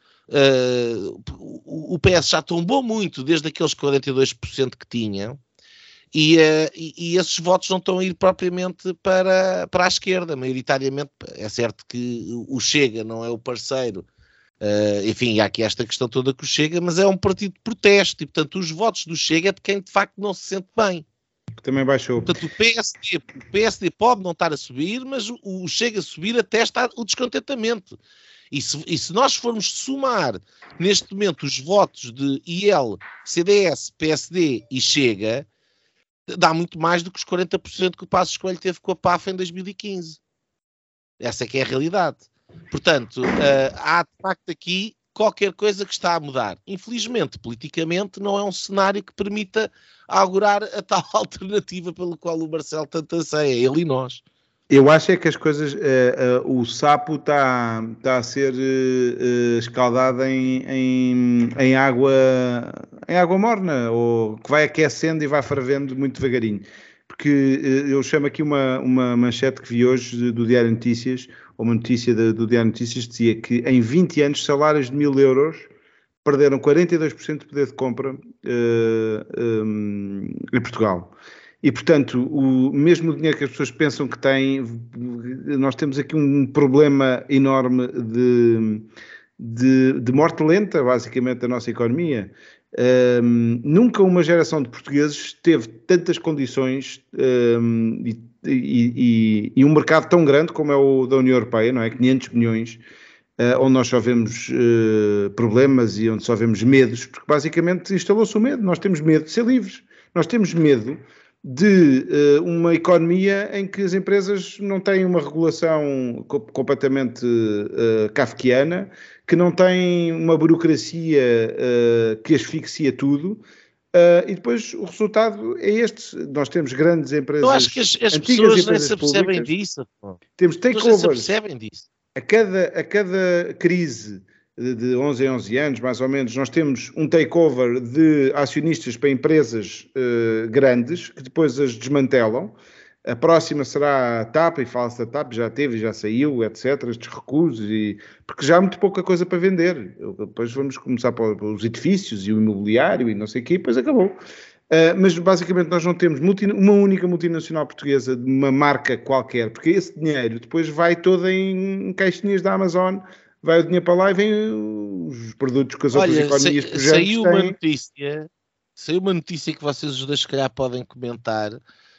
O PS já tombou muito desde aqueles 42% que tinham, e esses votos não estão a ir propriamente para a esquerda, maioritariamente. É certo que o Chega não é o parceiro, enfim, há aqui esta questão toda com o Chega, mas é um partido de protesto, e portanto os votos do Chega é de quem de facto não se sente bem. Que também baixou. Portanto, o PSD pode não estar a subir, mas o Chega a subir até está o descontentamento. E se nós formos somar neste momento os votos de IL, CDS, PSD e Chega, dá muito mais do que os 40% que o Passos Coelho teve com a PAF em 2015. Essa é que é a realidade. Portanto, há de facto aqui qualquer coisa que está a mudar. Infelizmente, politicamente, não é um cenário que permita augurar a tal alternativa pelo qual o Marcelo tanto anseia, ele e nós. Eu acho é que as coisas, o sapo está a ser escaldado em água morna, ou que vai aquecendo e vai fervendo muito devagarinho. Porque eu chamo aqui uma manchete que vi hoje do Diário Notícias, ou uma notícia do Diário Notícias, dizia que em 20 anos salários de 1.000 euros perderam 42% de poder de compra em Portugal. E, portanto, mesmo o dinheiro que as pessoas pensam que têm, nós temos aqui um problema enorme de morte lenta, basicamente, da nossa economia. Nunca uma geração de portugueses teve tantas condições e um mercado tão grande como é o da União Europeia, não é? 500 milhões, onde nós só vemos problemas e onde só vemos medos, porque basicamente instalou-se o medo. Nós temos medo de ser livres, nós temos medo de uma economia em que as empresas não têm uma regulação completamente kafkiana, que não têm uma burocracia que asfixia tudo, e depois o resultado é este. Nós temos grandes empresas. Eu acho que as pessoas nem se apercebem disso. Temos takeovers. A cada crise de 11 em 11 anos, mais ou menos, nós temos um takeover de acionistas para empresas grandes, que depois as desmantelam. A próxima será a TAP, e fala-se da TAP, já teve, já saiu, etc., estes recusos, porque já há muito pouca coisa para vender. Depois vamos começar pelos edifícios e o imobiliário e não sei o quê, e depois acabou. Mas basicamente nós não temos uma única multinacional portuguesa de uma marca qualquer, porque esse dinheiro depois vai todo em caixinhas da Amazon, vai o dinheiro para lá e vem os produtos que as outras economias pujantes saiu uma notícia que vocês os dois se calhar podem comentar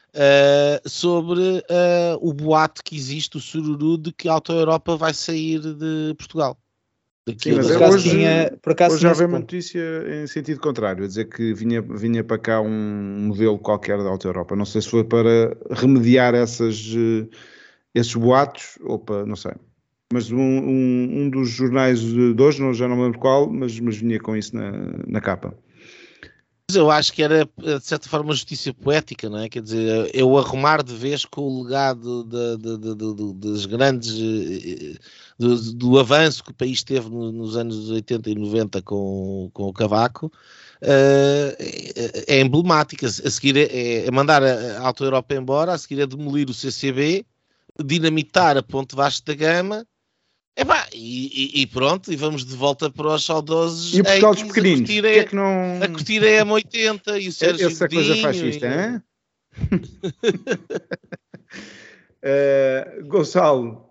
sobre o boato que existe, o sururu de que a Auto Europa vai sair de Portugal. Sim, mas hoje já veio uma notícia em sentido contrário, a dizer que vinha para cá um modelo qualquer da Auto Europa. Não sei se foi para remediar esses boatos ou para, não sei. Mas um dos jornais de hoje, já não me lembro qual, mas vinha com isso na capa. Eu acho que era, de certa forma, uma justiça poética, não é? Quer dizer, eu arrumar de vez com o legado das grandes... do avanço que o país teve nos anos 80 e 90 com o Cavaco, é emblemática. A seguir é mandar a Auto Europa embora, a seguir é demolir o CCB, dinamitar a Ponte Vasco da Gama, E pronto, e vamos de volta para os saudosos. E o Portugal dos pequeninos? Porque é que não... A curtir é M80 e o Sérgio essa Godinho, coisa fascista, hein? Gonçalo,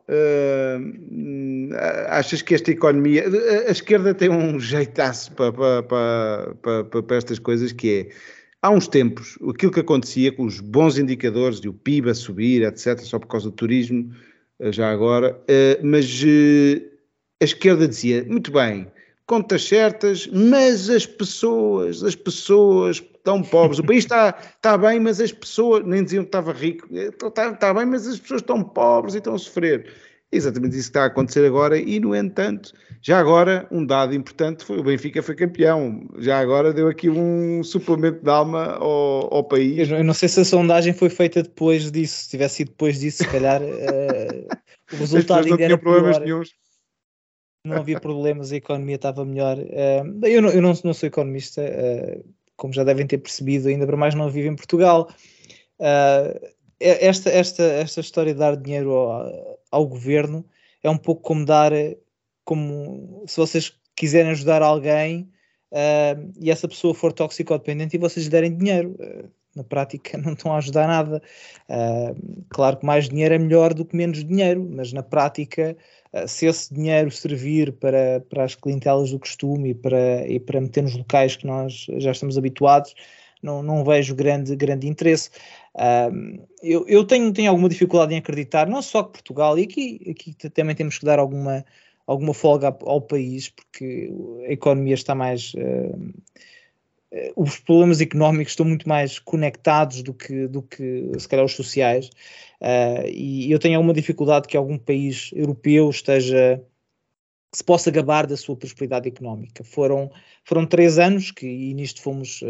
achas que esta economia... A esquerda tem um jeitaço para estas coisas, que é... Há uns tempos, aquilo que acontecia com os bons indicadores de o PIB a subir, etc., só por causa do turismo, já agora, mas a esquerda dizia, muito bem, contas certas, mas as pessoas estão pobres, o país está bem, mas as pessoas, nem diziam que estava rico, está bem, mas as pessoas estão pobres e estão a sofrer. É exatamente isso que está a acontecer agora e, no entanto, já agora, um dado importante foi o Benfica foi campeão. Já agora deu aqui um suplemento de alma ao país. Eu não sei se a sondagem foi feita depois disso. Se tivesse sido depois disso, se calhar o resultado ainda era pior. Não havia problemas, a economia estava melhor. Eu não sou economista, como já devem ter percebido, ainda para mais não vivo em Portugal. Esta história de dar dinheiro ao governo é um pouco como se vocês quiserem ajudar alguém e essa pessoa for toxicodependente e vocês lhe derem dinheiro. Na prática não estão a ajudar nada. Claro que mais dinheiro é melhor do que menos dinheiro, mas na prática, se esse dinheiro servir para as clientelas do costume e para meter nos locais que nós já estamos habituados, não vejo grande interesse. Eu tenho alguma dificuldade em acreditar, não só que Portugal, e aqui também temos que dar alguma folga ao país, porque a economia está mais... os problemas económicos estão muito mais conectados do que se calhar os sociais, e eu tenho alguma dificuldade que algum país europeu que se possa gabar da sua prosperidade económica. Foram 3 anos e nisto fomos...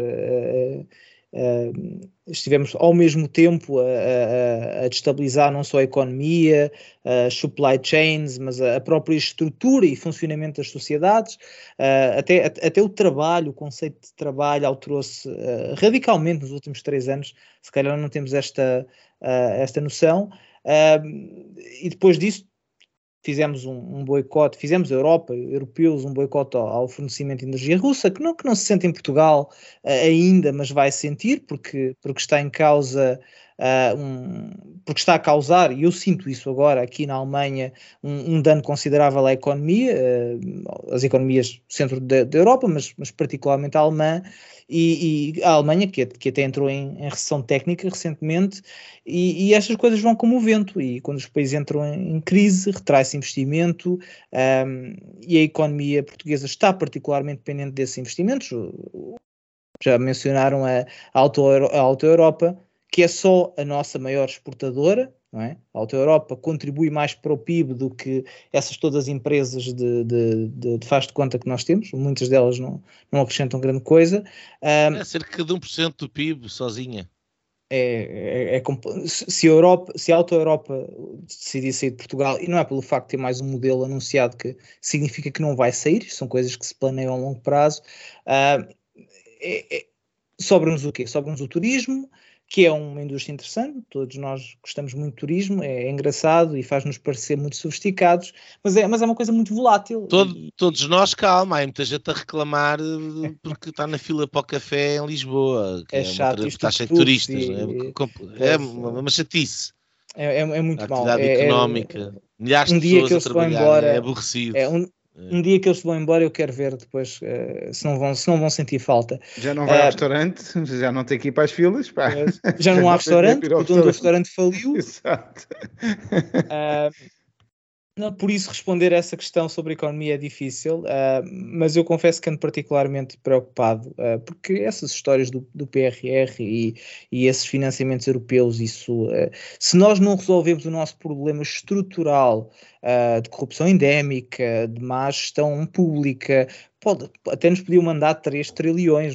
estivemos ao mesmo tempo a destabilizar não só a economia, as supply chains, mas a própria estrutura e funcionamento das sociedades, até o trabalho, o conceito de trabalho alterou-se radicalmente nos últimos 3 anos. Se calhar não temos esta noção, e depois disso fizemos um boicote, fizemos a Europa, europeus, um boicote ao fornecimento de energia russa, que não se sente em Portugal ainda, mas vai sentir, porque está em causa, porque está a causar, e eu sinto isso agora aqui na Alemanha, um dano considerável à economia, as economias do centro da Europa, mas particularmente a alemã, e a Alemanha, que até entrou em recessão técnica recentemente, e estas coisas vão como o vento, e quando os países entram em crise, retrai-se investimento, e a economia portuguesa está particularmente dependente desses investimentos. Já mencionaram a Auto Europa, que é só a nossa maior exportadora, não é? A Auto Europa contribui mais para o PIB do que essas todas as empresas de faz de conta que nós temos, muitas delas não acrescentam grande coisa. É cerca de 1% do PIB sozinha. Se a Auto Europa decidir sair de Portugal, e não é pelo facto de ter mais um modelo anunciado que significa que não vai sair, são coisas que se planeiam a longo prazo, sobra-nos o quê? Sobra-nos o turismo, que é uma indústria interessante, todos nós gostamos muito de turismo, é engraçado e faz-nos parecer muito sofisticados, mas é uma coisa muito volátil. Todos nós, calma, há muita gente a reclamar porque está na fila para o café em Lisboa, que é chato, está cheio de turistas, é uma chatice. É muito mau. A atividade económica, milhares de pessoas a trabalhar, é aborrecido. Um dia que eles se vão embora, eu quero ver depois se não vão sentir falta. Já não vai ao restaurante, já não tem que ir para as filas. Pá. Já não há restaurante, o dono do restaurante faliu. Exato. Por isso responder a essa questão sobre a economia é difícil, mas eu confesso que ando particularmente preocupado, porque essas histórias do PRR e esses financiamentos europeus, se nós não resolvemos o nosso problema estrutural de corrupção endémica, de má gestão pública, até nos podiam mandar 3 trilhões,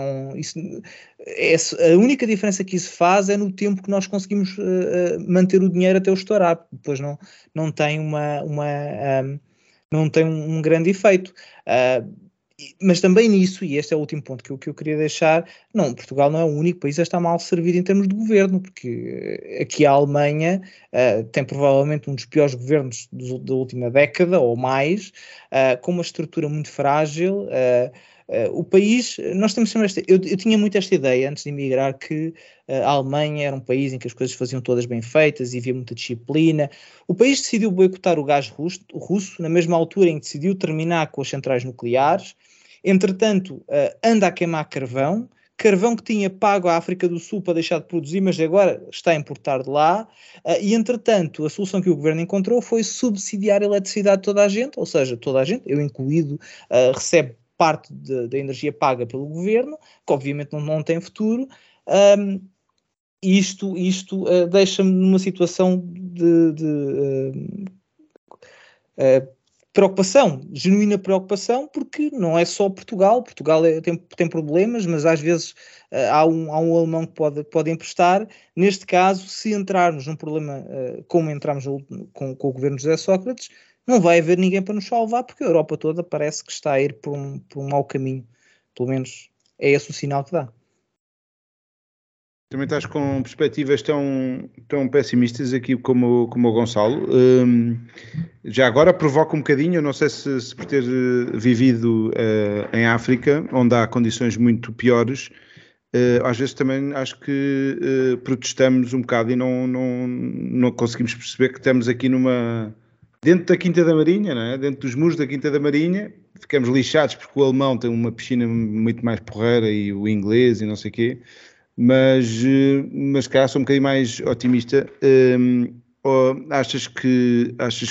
a única diferença que isso faz é no tempo que nós conseguimos manter o dinheiro até o estourar, depois não tem não tem um grande efeito. Mas também nisso, e este é o último ponto que eu queria deixar, não, Portugal não é o único país a estar mal servido em termos de governo, porque aqui a Alemanha tem provavelmente um dos piores governos da última década ou mais, com uma estrutura muito frágil. O país, nós temos sempre eu tinha muito esta ideia antes de emigrar que a Alemanha era um país em que as coisas faziam todas bem feitas e havia muita disciplina. O país decidiu boicotar o gás russo na mesma altura em que decidiu terminar com as centrais nucleares. Entretanto, anda a queimar carvão que tinha pago à África do Sul para deixar de produzir, mas agora está a importar de lá, e entretanto a solução que o governo encontrou foi subsidiar a eletricidade de toda a gente, ou seja, toda a gente, eu incluído, recebe parte da energia paga pelo governo, que obviamente não tem futuro. Isto deixa-me numa situação de preocupação, genuína preocupação, porque não é só Portugal tem problemas, mas às vezes há um alemão que pode emprestar. Neste caso, se entrarmos num problema como entramos com o governo de José Sócrates, não vai haver ninguém para nos salvar, porque a Europa toda parece que está a ir por um mau caminho. Pelo menos é esse o sinal que dá. Também estás com perspectivas tão pessimistas aqui como o Gonçalo. Já agora provoca um bocadinho, eu não sei se por ter vivido em África, onde há condições muito piores, às vezes também acho que protestamos um bocado e não conseguimos perceber que estamos aqui dentro da Quinta da Marinha, não é? Dentro dos muros da Quinta da Marinha, ficamos lixados porque o alemão tem uma piscina muito mais porreira e o inglês e não sei o quê, mas cá sou um bocadinho mais otimista. Achas que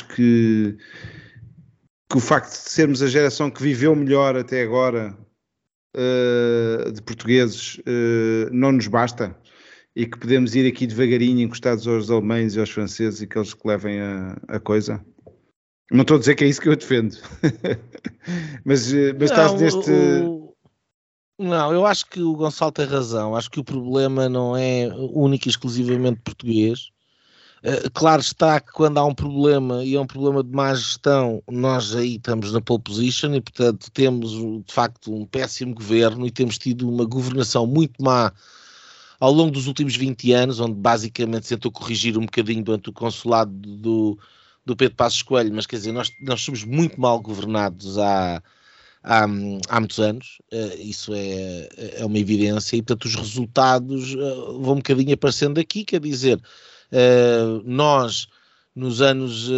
o facto de sermos a geração que viveu melhor até agora de portugueses não nos basta? E que podemos ir aqui devagarinho encostados aos alemães e aos franceses e que eles que levem a coisa? Não estou a dizer que é isso que eu defendo. mas estás deste... Não, eu acho que o Gonçalo tem razão. Acho que o problema não é único e exclusivamente português. Claro está que quando há um problema e é um problema de má gestão, nós aí estamos na pole position e, portanto, temos de facto um péssimo governo e temos tido uma governação muito má ao longo dos últimos 20 anos, onde basicamente se tentou corrigir um bocadinho durante o consulado do Pedro Passos Coelho, mas quer dizer, nós somos muito mal governados há muitos anos, isso é uma evidência, e portanto os resultados vão um bocadinho aparecendo aqui, quer dizer, nós nos anos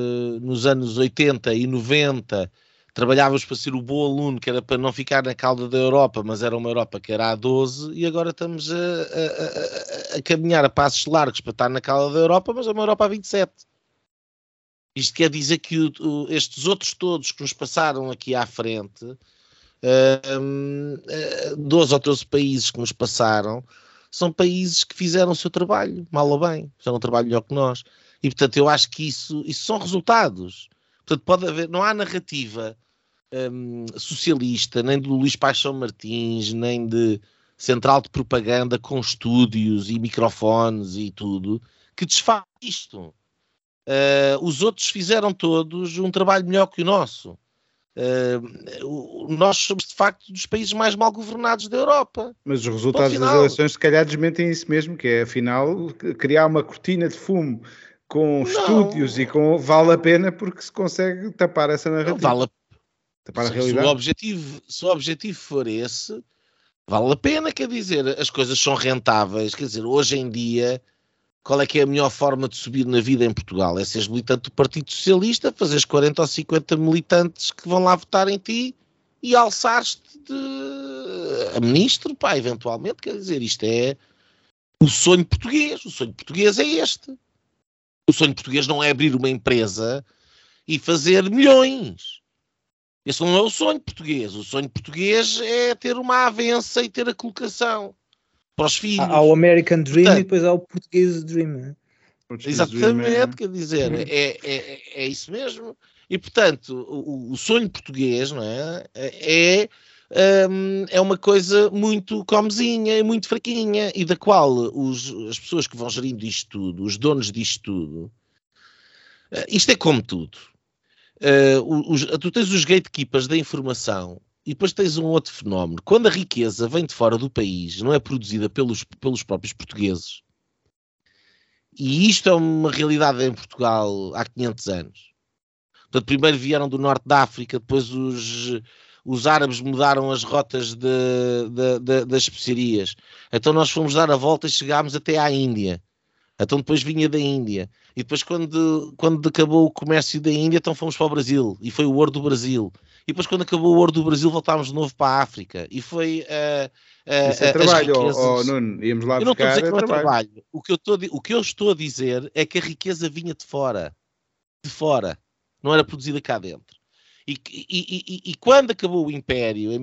80 e 90 trabalhávamos para ser o bom aluno, que era para não ficar na cauda da Europa, mas era uma Europa que era a 12, e agora estamos a caminhar a passos largos para estar na cauda da Europa, mas é uma Europa a 27. Isto quer dizer que estes outros todos que nos passaram aqui à frente, 12 ou 13 países que nos passaram, são países que fizeram o seu trabalho, mal ou bem, fizeram um trabalho melhor que nós. E, portanto, eu acho que isso são resultados. Portanto, pode haver, não há narrativa socialista, nem do Luís Paixão Martins, nem de central de propaganda com estúdios e microfones e tudo, que desfaz isto. Os outros fizeram todos um trabalho melhor que o nosso. Nós somos de facto dos países mais mal governados da Europa. Mas os resultados das eleições se calhar desmentem isso mesmo, que é afinal criar uma cortina de fumo com estúdios e com vale a pena porque se consegue tapar essa narrativa. Tapar a realidade. Se o objetivo for esse, vale a pena, quer dizer, as coisas são rentáveis, quer dizer, hoje em dia qual é que é a melhor forma de subir na vida em Portugal? É seres militante do Partido Socialista, fazeres 40 ou 50 militantes que vão lá votar em ti e alçares-te a ministro, pá, eventualmente, quer dizer, isto é o sonho português. O sonho português é este. O sonho português não é abrir uma empresa e fazer milhões. Esse não é o sonho português. O sonho português é ter uma avença e ter a colocação para os filhos. Há o American Dream, portanto, e depois há o Portuguese Dream. Exatamente, quer dizer, é isso mesmo. E, portanto, o sonho português, não é uma coisa muito comezinha e muito fraquinha, e da qual as pessoas que vão gerindo isto tudo, os donos disto tudo, isto é como tudo. Tu tens os gatekeepers da informação E depois tens um outro fenómeno. Quando a riqueza vem de fora do país, não é produzida pelos próprios portugueses, e isto é uma realidade em Portugal há 500 anos. Portanto, primeiro vieram do norte da África, depois os árabes mudaram as rotas das especiarias. Então nós fomos dar a volta e chegámos até à Índia. Então depois vinha da Índia. E depois quando acabou o comércio da Índia, então fomos para o Brasil. E foi o ouro do Brasil. E depois quando acabou o ouro do Brasil, voltámos de novo para a África. E foi... Isso é trabalho, Nuno. Íamos lá buscar. Eu não estou a dizer que não é trabalho. O que eu estou a dizer é que a riqueza vinha de fora. De fora. Não era produzida cá dentro. E quando acabou o Império, em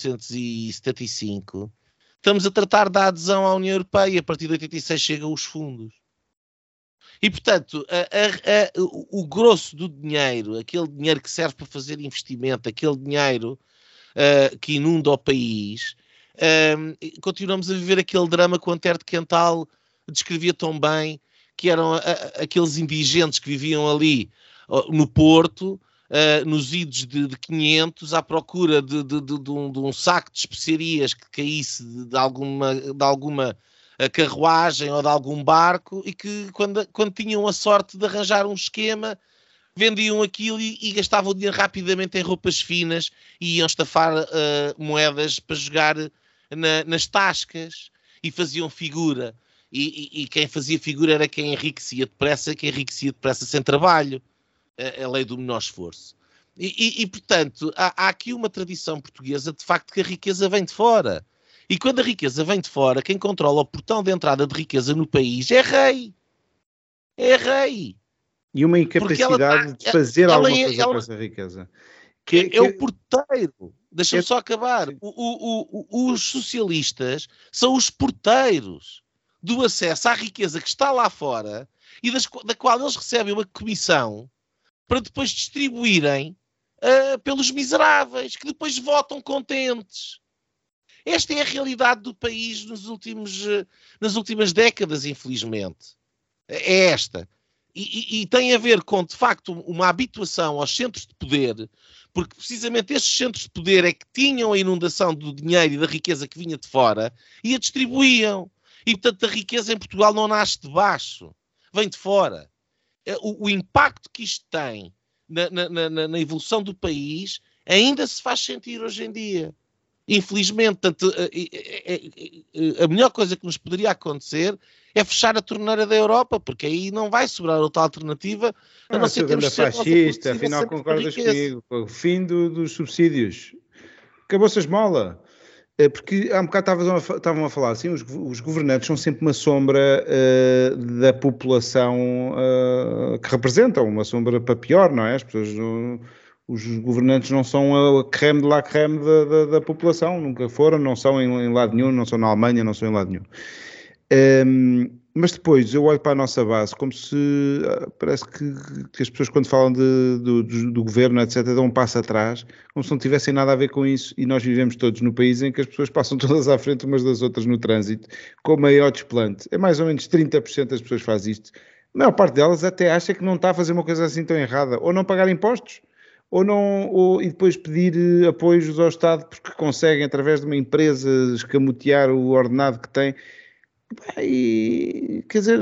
1975, estamos a tratar da adesão à União Europeia. A partir de 86 chegam os fundos. E, portanto, o grosso do dinheiro, aquele dinheiro que serve para fazer investimento, aquele dinheiro que inunda o país, continuamos a viver aquele drama que o Antero de Quental descrevia tão bem, que eram aqueles indigentes que viviam ali no Porto, nos idos de 500, à procura de um saco de especiarias que caísse de alguma carruagem ou de algum barco, e que quando tinham a sorte de arranjar um esquema, vendiam aquilo e gastavam o dinheiro rapidamente em roupas finas e iam estafar moedas para jogar nas tascas e faziam figura. E quem fazia figura era quem enriquecia depressa sem trabalho. A lei do menor esforço. E portanto, há aqui uma tradição portuguesa, de facto, que a riqueza vem de fora. E quando a riqueza vem de fora, quem controla o portão de entrada de riqueza no país é rei. É rei. E uma incapacidade de fazer alguma coisa com essa riqueza. É o porteiro. Deixa-me só acabar. Os socialistas são os porteiros do acesso à riqueza que está lá fora e da qual eles recebem uma comissão para depois distribuírem pelos miseráveis, que depois votam contentes. Esta é a realidade do país nas últimas décadas, infelizmente. É esta. E tem a ver com, de facto, uma habituação aos centros de poder, porque precisamente estes centros de poder é que tinham a inundação do dinheiro e da riqueza que vinha de fora e a distribuíam. E, portanto, a riqueza em Portugal não nasce de baixo, vem de fora. O impacto que isto tem na evolução do país ainda se faz sentir hoje em dia. Infelizmente, portanto, a melhor coisa que nos poderia acontecer é fechar a torneira da Europa, porque aí não vai sobrar outra alternativa a não ser termos fascista, afinal concordas comigo, com o fim dos subsídios. Acabou-se a esmola. Porque há um bocado estavam a falar assim, os governantes são sempre uma sombra da população que representam, uma sombra para pior, não é? Os governantes não são a creme de la creme da população, nunca foram, não são em lado nenhum, não são na Alemanha, não são em lado nenhum. Mas depois eu olho para a nossa base como se parece que as pessoas quando falam do governo, etc., dão um passo atrás, como se não tivessem nada a ver com isso, e nós vivemos todos no país em que as pessoas passam todas à frente umas das outras no trânsito, com o maior desplante. É mais ou menos 30% das pessoas faz isto. A maior parte delas até acha que não está a fazer uma coisa assim tão errada, ou não pagar impostos, e depois pedir apoios ao Estado porque conseguem, através de uma empresa, escamotear o ordenado que têm. E, quer dizer,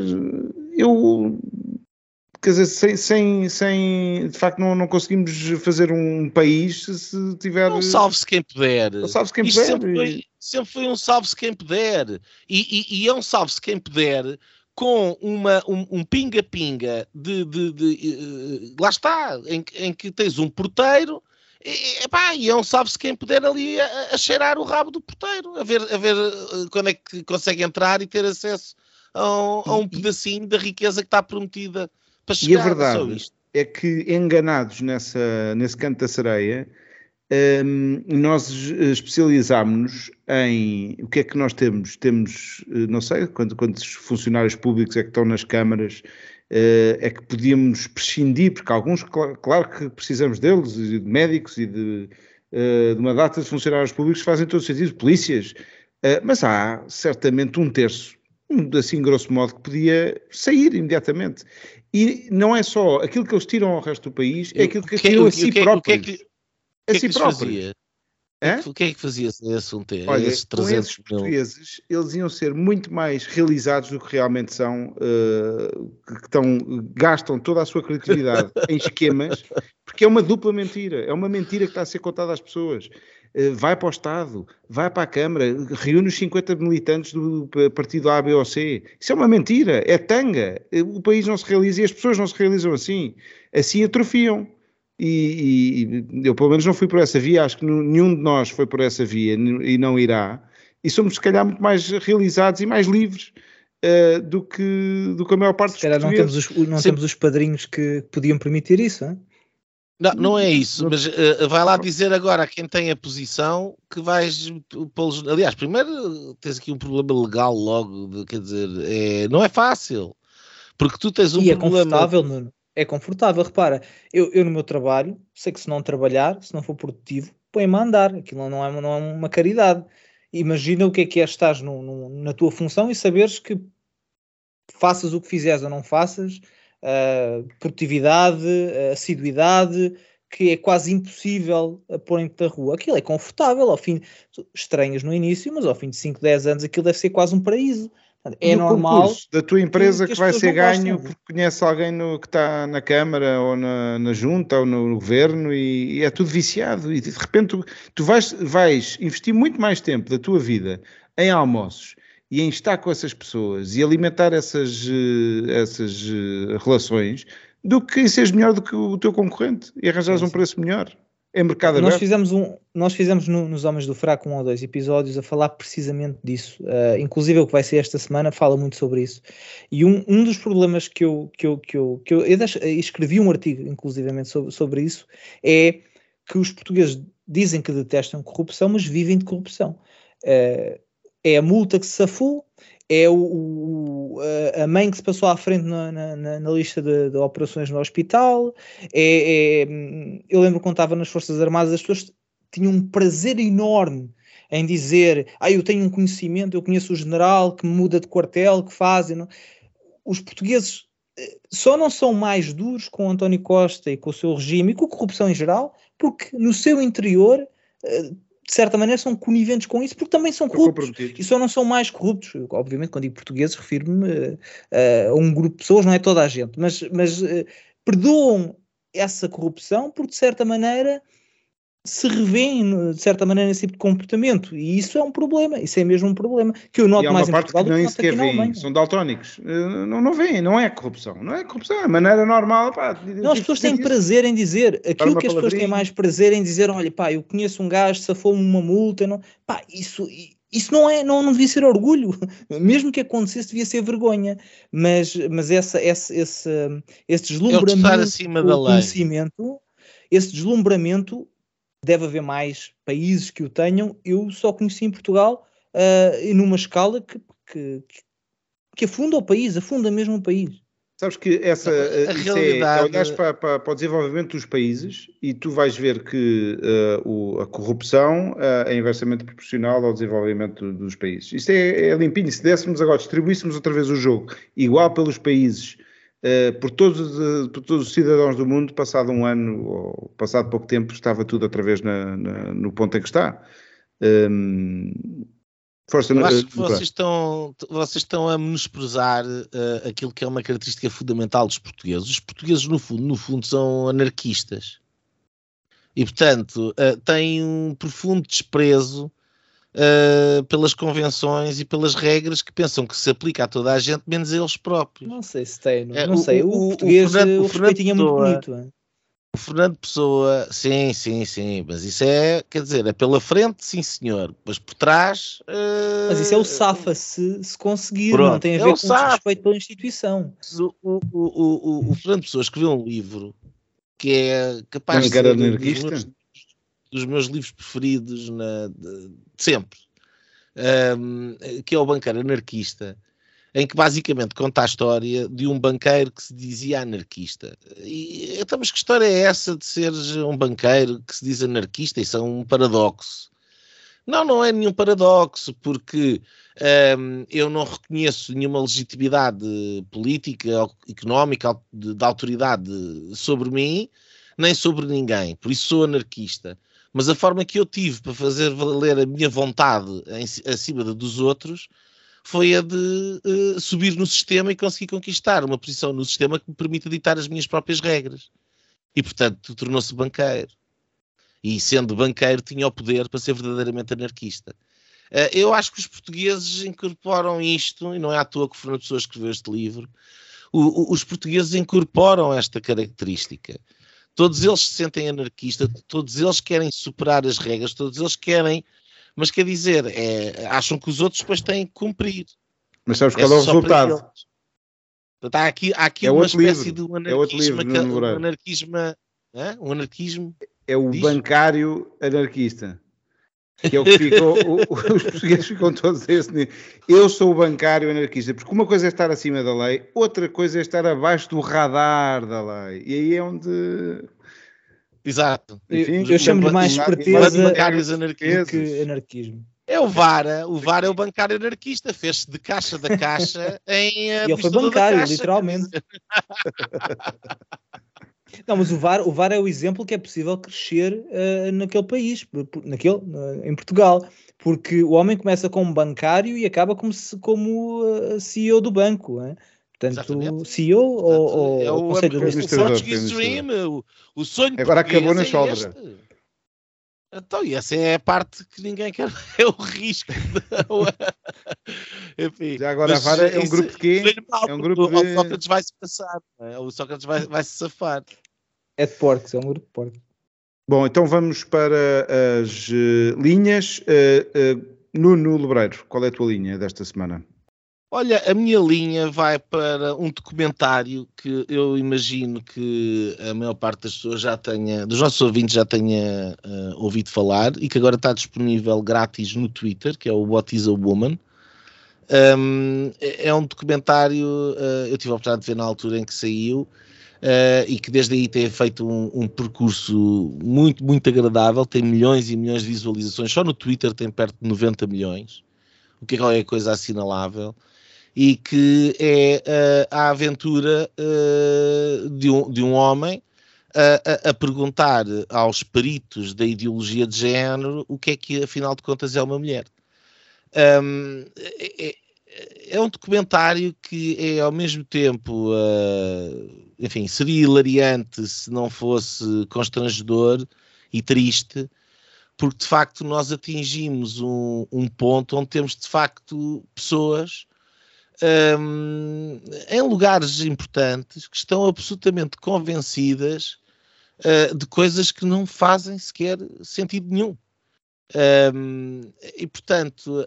sem de facto não conseguimos fazer um país se tiver... Não salve-se quem puder. Não salve-se quem puder. Sempre foi um salve-se quem puder. E é um salve-se quem puder com um pinga-pinga lá está, em que tens um porteiro. E é um sabe-se quem puder ali a cheirar o rabo do porteiro, a ver quando é que consegue entrar e ter acesso a um pedacinho da riqueza que está prometida para chegar. E a verdade é que, enganados nesse canto da sereia, nós especializámos-nos em o que é que nós temos. Temos, não sei quantos funcionários públicos é que estão nas câmaras, é que podíamos prescindir, porque alguns, claro que precisamos deles, e de médicos e de uma data de funcionários públicos que fazem todo o sentido, polícias, mas há certamente um terço, assim grosso modo, que podia sair imediatamente. E não é só aquilo que eles tiram ao resto do país, é aquilo que tiram a si próprios. A si próprios. O que é que fazia esse assunto? Olha, esses com 300 esses mil? portugueses, eles iam ser muito mais realizados do que realmente são, gastam toda a sua criatividade em esquemas, porque é uma dupla mentira, é uma mentira que está a ser contada às pessoas. Vai para o Estado, vai para a Câmara, reúne os 50 militantes do partido A, B ou C. Isso é uma mentira, é tanga. O país não se realiza e as pessoas não se realizam assim. Assim atrofiam. E eu pelo menos não fui por essa via, acho que nenhum de nós foi por essa via e não irá, e somos se calhar muito mais realizados e mais livres do que a maior parte dos portugueses. Não temos os padrinhos que podiam permitir isso, hein? Não é isso, mas vai lá dizer agora a quem tem a posição que vais pô-los. Aliás, primeiro tens aqui um problema legal logo, quer dizer, não é fácil, porque tu tens um problema... E é confortável, Nuno. É confortável, repara, eu no meu trabalho, sei que se não trabalhar, se não for produtivo, põe-me a andar, aquilo não é uma caridade. Imagina o que é estar na tua função e saberes que faças o que fizeres ou não faças, produtividade, assiduidade, que é quase impossível a pôr-te da rua. Aquilo é confortável, ao fim, estranhas no início, mas ao fim de 5, 10 anos aquilo deve ser quase um paraíso. É no normal concurso da tua empresa que vai ser ganho gostam. porque conhece alguém que está na Câmara ou na Junta ou no Governo e é tudo viciado e de repente tu vais investir muito mais tempo da tua vida em almoços e em estar com essas pessoas e alimentar essas relações do que em seres melhor do que o teu concorrente e arranjares um preço melhor. É mercado aberto. Nós fizemos nos Homens do Fraco 1 ou 2 episódios a falar precisamente disso. Inclusive o que vai ser esta semana fala muito sobre isso. E um dos problemas que eu escrevi um artigo, inclusivamente, sobre isso, é que os portugueses dizem que detestam corrupção, mas vivem de corrupção. É a multa que se safou, é a mãe que se passou à frente na lista de operações no hospital. Eu lembro quando estava nas Forças Armadas, as pessoas tinham um prazer enorme em dizer: eu tenho um conhecimento, eu conheço o general que me muda de quartel, que faz... Os portugueses só não são mais duros com António Costa e com o seu regime e com a corrupção em geral, porque no seu interior... de certa maneira são coniventes com isso, porque também são corruptos, e só não são mais corruptos. Obviamente, quando digo portugueses, refiro-me a um grupo de pessoas, não é toda a gente, mas perdoam essa corrupção porque, de certa maneira, se revêem, de certa maneira, nesse tipo de comportamento, e isso é um problema, isso é mesmo um problema, que eu noto mais em Portugal do que noto aqui na Alemanha. São daltónicos, não veem, não é corrupção, é maneira normal. Não, as pessoas têm prazer em dizer, aquilo que as pessoas têm mais prazer em dizer: olha, eu conheço um gajo, safou-me uma multa, isso não devia ser orgulho, mesmo que acontecesse devia ser vergonha, mas esse deslumbramento acima da lei. Conhecimento, esse deslumbramento, deve haver mais países que o tenham. Eu só conheci em Portugal numa escala que afunda o país, afunda mesmo o país. Sabes que isso é olhares para o desenvolvimento dos países e tu vais ver que a corrupção é inversamente proporcional ao desenvolvimento dos países. Isto é limpinho. Se dessemos agora, distribuíssemos outra vez o jogo igual pelos países, por todos os cidadãos do mundo, passado um ano ou passado pouco tempo, estava tudo outra vez no ponto em que está. Eu acho que vocês estão a menosprezar aquilo que é uma característica fundamental dos portugueses. Os portugueses, no fundo, são anarquistas. E, portanto, têm um profundo desprezo pelas convenções e pelas regras que pensam que se aplica a toda a gente, menos a eles próprios. Não sei se tem, não sei. O português, o respeitinho é muito bonito. O Fernando Pessoa, sim, mas isso quer dizer, é pela frente, sim senhor, mas por trás... Mas isso é o safa, se conseguir, pronto, não tem a ver com o respeito pela instituição. O Fernando Pessoa escreveu um livro que é capaz de ser dos meus livros preferidos de sempre, que é o Banqueiro Anarquista, em que basicamente conta a história de um banqueiro que se dizia anarquista. Mas que história é essa de seres um banqueiro que se diz anarquista? Isso é um paradoxo. Não é nenhum paradoxo, porque eu não reconheço nenhuma legitimidade política ou económica de autoridade sobre mim, nem sobre ninguém. Por isso sou anarquista. mas a forma que eu tive para fazer valer a minha vontade acima dos outros foi a de subir no sistema e conseguir conquistar uma posição no sistema que me permita ditar as minhas próprias regras. E, portanto, tornou-se banqueiro. E, sendo banqueiro, tinha o poder para ser verdadeiramente anarquista. Eu acho que os portugueses incorporam isto, e não é à toa que o Fernando Pessoa escreveu este livro. Os portugueses incorporam esta característica. Todos eles se sentem anarquistas, todos eles querem superar as regras, todos eles querem, mas quer dizer, acham que os outros depois têm que cumprir. Mas sabes qual é o resultado? Há aqui uma espécie de um anarquismo. É o bancário anarquista. Que é o que ficou, os portugueses ficam todos a esse nível. Eu sou o bancário anarquista, porque uma coisa é estar acima da lei, outra coisa é estar abaixo do radar da lei. E aí é onde... Exato. Enfim, eu chamo-lhe mais esperteza do que anarquismo. É o VARA é o bancário anarquista, fez-se de caixa da caixa em... E ele foi bancário, literalmente. Não, mas o VAR é o exemplo que é possível crescer naquele país, em Portugal, porque o homem começa como bancário e acaba como CEO do banco, hein? Portanto, exatamente. CEO ou Conselho de Administração. O sonho agora acabou na sombra. Então, e essa é a parte que ninguém quer, é o risco. Enfim, já agora a VAR é um grupo de quê? É um grupo de... O Sócrates vai-se passar, o Sócrates vai-se safar. É de porcos, é um grupo de porcos. Bom, então vamos para as linhas. Nuno Lebreiro, qual é a tua linha desta semana? Olha, a minha linha vai para um documentário que eu imagino que a maior parte das pessoas dos nossos ouvintes já tenha ouvido falar e que agora está disponível grátis no Twitter, que é o What is a Woman. É um documentário, eu tive a oportunidade de ver na altura em que saiu, e que desde aí tem feito um percurso muito, muito agradável, tem milhões e milhões de visualizações, só no Twitter tem perto de 90 milhões, o que é qualquer coisa assinalável, e que é a aventura de um homem a perguntar aos peritos da ideologia de género o que é que afinal de contas é uma mulher. É um documentário que é ao mesmo tempo, enfim, seria hilariante se não fosse constrangedor e triste, porque de facto nós atingimos um ponto onde temos de facto pessoas em lugares importantes que estão absolutamente convencidas de coisas que não fazem sequer sentido nenhum. E portanto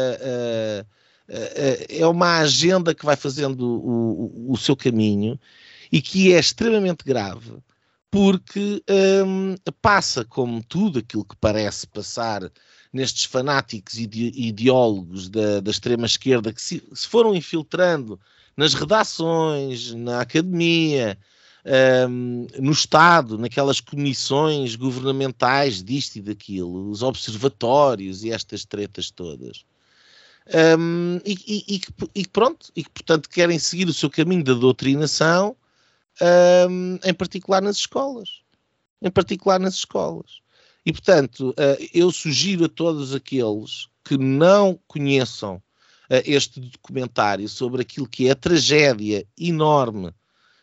é uma agenda que vai fazendo o seu caminho e que é extremamente grave, porque passa, como tudo aquilo que parece passar nestes fanáticos ideólogos da extrema-esquerda que se foram infiltrando nas redações, na academia, no Estado, naquelas comissões governamentais disto e daquilo, os observatórios e estas tretas todas. E que portanto querem seguir o seu caminho da doutrinação, em particular nas escolas. E portanto eu sugiro a todos aqueles que não conheçam este documentário sobre aquilo que é a tragédia enorme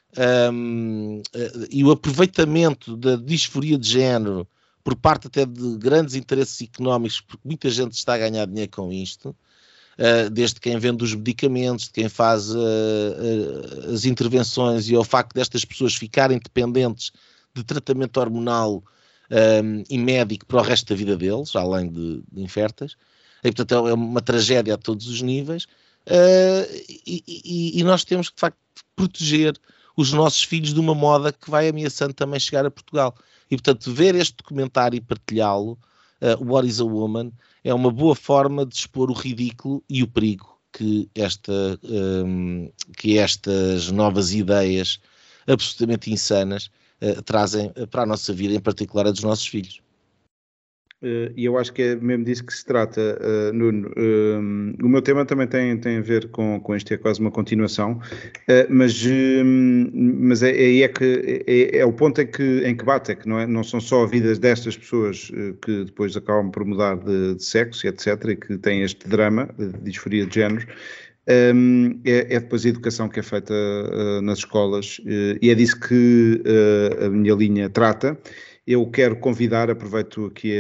e o aproveitamento da disforia de género por parte até de grandes interesses económicos, porque muita gente está a ganhar dinheiro com isto, desde quem vende os medicamentos, de quem faz as intervenções, e ao facto destas pessoas ficarem dependentes de tratamento hormonal e médico para o resto da vida deles, além de inférteis. E, portanto, é uma tragédia a todos os níveis, e nós temos que, de facto, proteger os nossos filhos de uma moda que vai ameaçando também chegar a Portugal. E, portanto, ver este documentário e partilhá-lo, What is a Woman, é uma boa forma de expor o ridículo e o perigo que estas novas ideias absolutamente insanas trazem para a nossa vida, em particular a dos nossos filhos. E eu acho que é mesmo disso que se trata, Nuno. O meu tema também tem a ver com isto, é quase uma continuação, mas aí é que é o ponto em que bate, é que não são só vidas destas pessoas que depois acabam por mudar de sexo, etc., e que têm este drama de disforia de género. É depois a educação que é feita nas escolas, e é disso que a minha linha trata. Eu quero convidar, aproveito aqui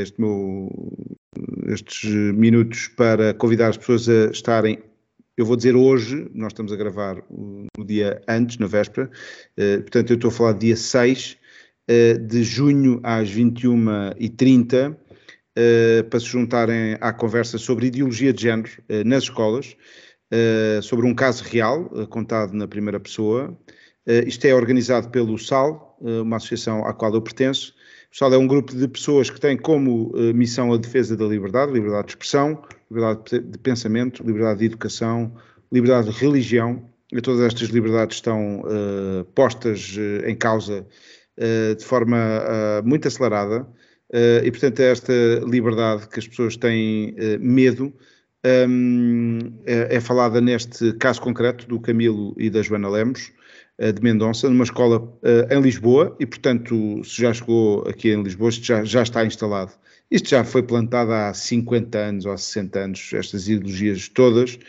estes minutos para convidar as pessoas a estarem, eu vou dizer hoje, nós estamos a gravar no dia antes, na véspera, portanto eu estou a falar dia 6 de junho às 21h30, para se juntarem à conversa sobre ideologia de género nas escolas, sobre um caso real, contado na primeira pessoa. Isto é organizado pelo SAL, uma associação à qual eu pertenço. O SAL é um grupo de pessoas que tem como missão a defesa da liberdade de expressão, liberdade de pensamento, liberdade de educação, liberdade de religião. E todas estas liberdades estão postas em causa de forma muito acelerada. E, portanto, é esta liberdade que as pessoas têm medo. É falada neste caso concreto do Camilo e da Joana Lemos, de Mendonça, numa escola em Lisboa, e portanto, se já chegou aqui em Lisboa, isto já está instalado. Isto já foi plantado há 50 anos ou há 60 anos, estas ideologias todas,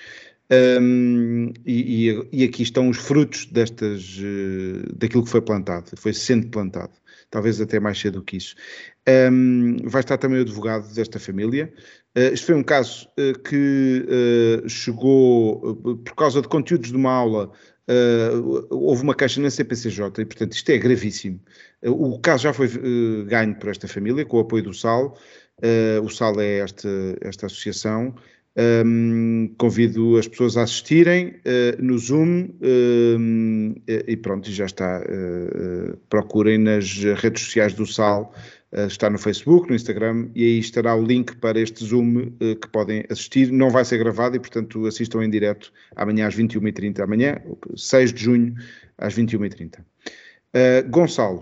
e aqui estão os frutos daquilo que foi plantado, foi sendo plantado, talvez até mais cedo do que isso. Vai estar também o advogado desta família. Este foi um caso que chegou por causa de conteúdos de uma aula. Houve uma queixa na CPCJ e, portanto, isto é gravíssimo. O caso já foi ganho por esta família, com o apoio do SAL. O SAL é esta associação. Convido as pessoas a assistirem no Zoom e pronto, já está. Procurem nas redes sociais do SAL. Está no Facebook, no Instagram, e aí estará o link para este Zoom que podem assistir. Não vai ser gravado e, portanto, assistam em direto amanhã às 21h30. Amanhã, 6 de junho, às 21h30. Gonçalo.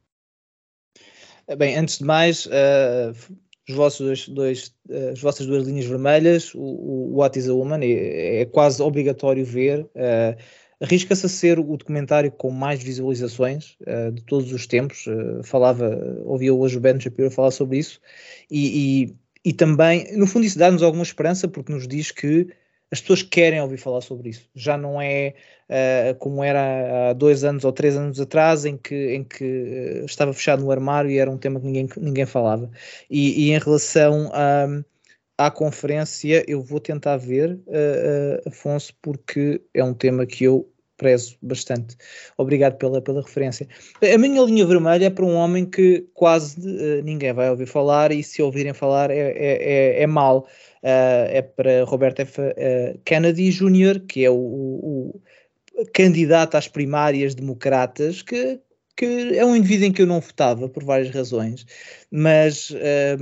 Bem, antes de mais, as vossas duas linhas vermelhas, o What is a Woman, é quase obrigatório ver. Arrisca-se a ser o documentário com mais visualizações de todos os tempos. Ouvi hoje o Ben Shapiro falar sobre isso, e também, no fundo, isso dá-nos alguma esperança, porque nos diz que as pessoas querem ouvir falar sobre isso. Já não é como era há 2 anos ou 3 anos atrás, em que estava fechado no armário e era um tema que ninguém falava. E em relação à conferência, eu vou tentar ver, Afonso, porque é um tema que eu prezo bastante. Obrigado pela referência. A minha linha vermelha é para um homem que quase ninguém vai ouvir falar, e se ouvirem falar é mal. É para Robert F. Kennedy Jr., que é o candidato às primárias democratas, que é um indivíduo em que eu não votava por várias razões, mas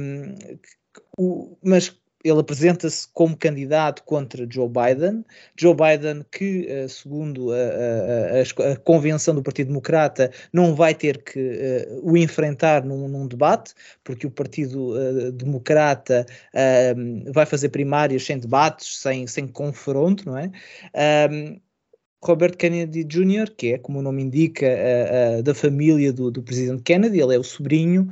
ele apresenta-se como candidato contra Joe Biden, que, segundo a convenção do Partido Democrata, não vai ter que o enfrentar num debate, porque o Partido Democrata vai fazer primárias sem debates, sem confronto, não é? Robert Kennedy Jr., que é, como o nome indica, da família do presidente Kennedy, ele é o sobrinho,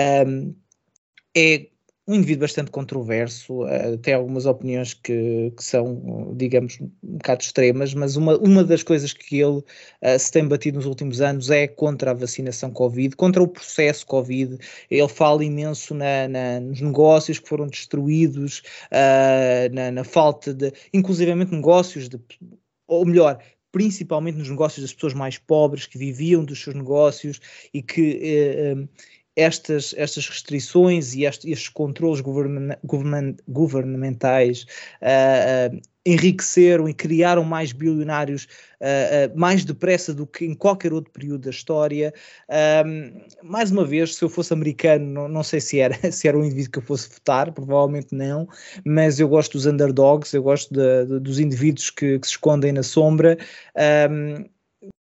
é um indivíduo bastante controverso, tem algumas opiniões que são, digamos, um bocado extremas, mas uma das coisas que ele se tem batido nos últimos anos é contra a vacinação Covid, contra o processo Covid. Ele fala imenso nos negócios que foram destruídos, na falta de, inclusivamente negócios ou melhor, principalmente nos negócios das pessoas mais pobres que viviam dos seus negócios, e que estas restrições e estes controles governamentais enriqueceram e criaram mais bilionários mais depressa do que em qualquer outro período da história. Mais uma vez, se eu fosse americano, não sei se era um indivíduo que eu fosse votar, provavelmente não, mas eu gosto dos underdogs, eu gosto dos indivíduos que se escondem na sombra.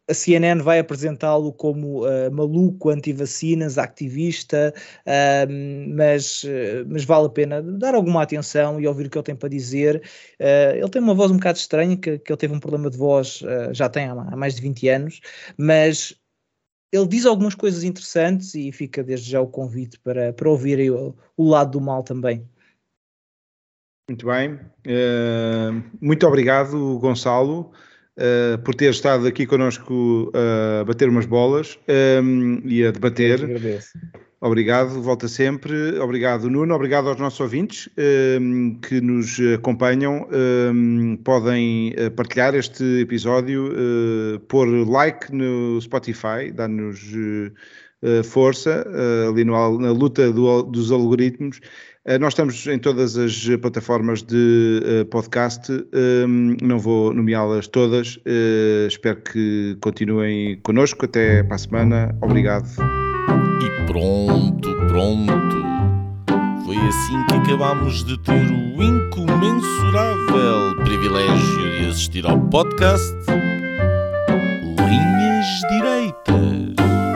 a CNN vai apresentá-lo como maluco, anti-vacinas, ativista, mas vale a pena dar alguma atenção e ouvir o que ele tem para dizer. Ele tem uma voz um bocado estranha, que ele teve um problema de voz, já tem há mais de 20 anos, mas ele diz algumas coisas interessantes e fica desde já o convite para ouvir o lado do mal também. Muito bem. Muito obrigado, Gonçalo, por ter estado aqui connosco a bater umas bolas e a debater. Agradeço. Obrigado, volta sempre. Obrigado, Nuno. Obrigado aos nossos ouvintes que nos acompanham. Podem partilhar este episódio, pôr like no Spotify, dar-nos força ali na luta dos algoritmos. Nós estamos em todas as plataformas de podcast, não vou nomeá-las todas, espero que continuem connosco, até para a semana, obrigado. E pronto, foi assim que acabámos de ter o incomensurável privilégio de assistir ao podcast Linhas Direitas,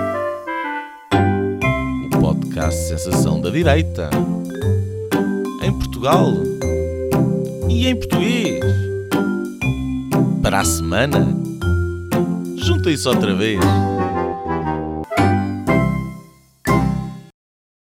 o podcast sensação da direita, em Portugal e em português. Para a semana, juntem-se outra vez.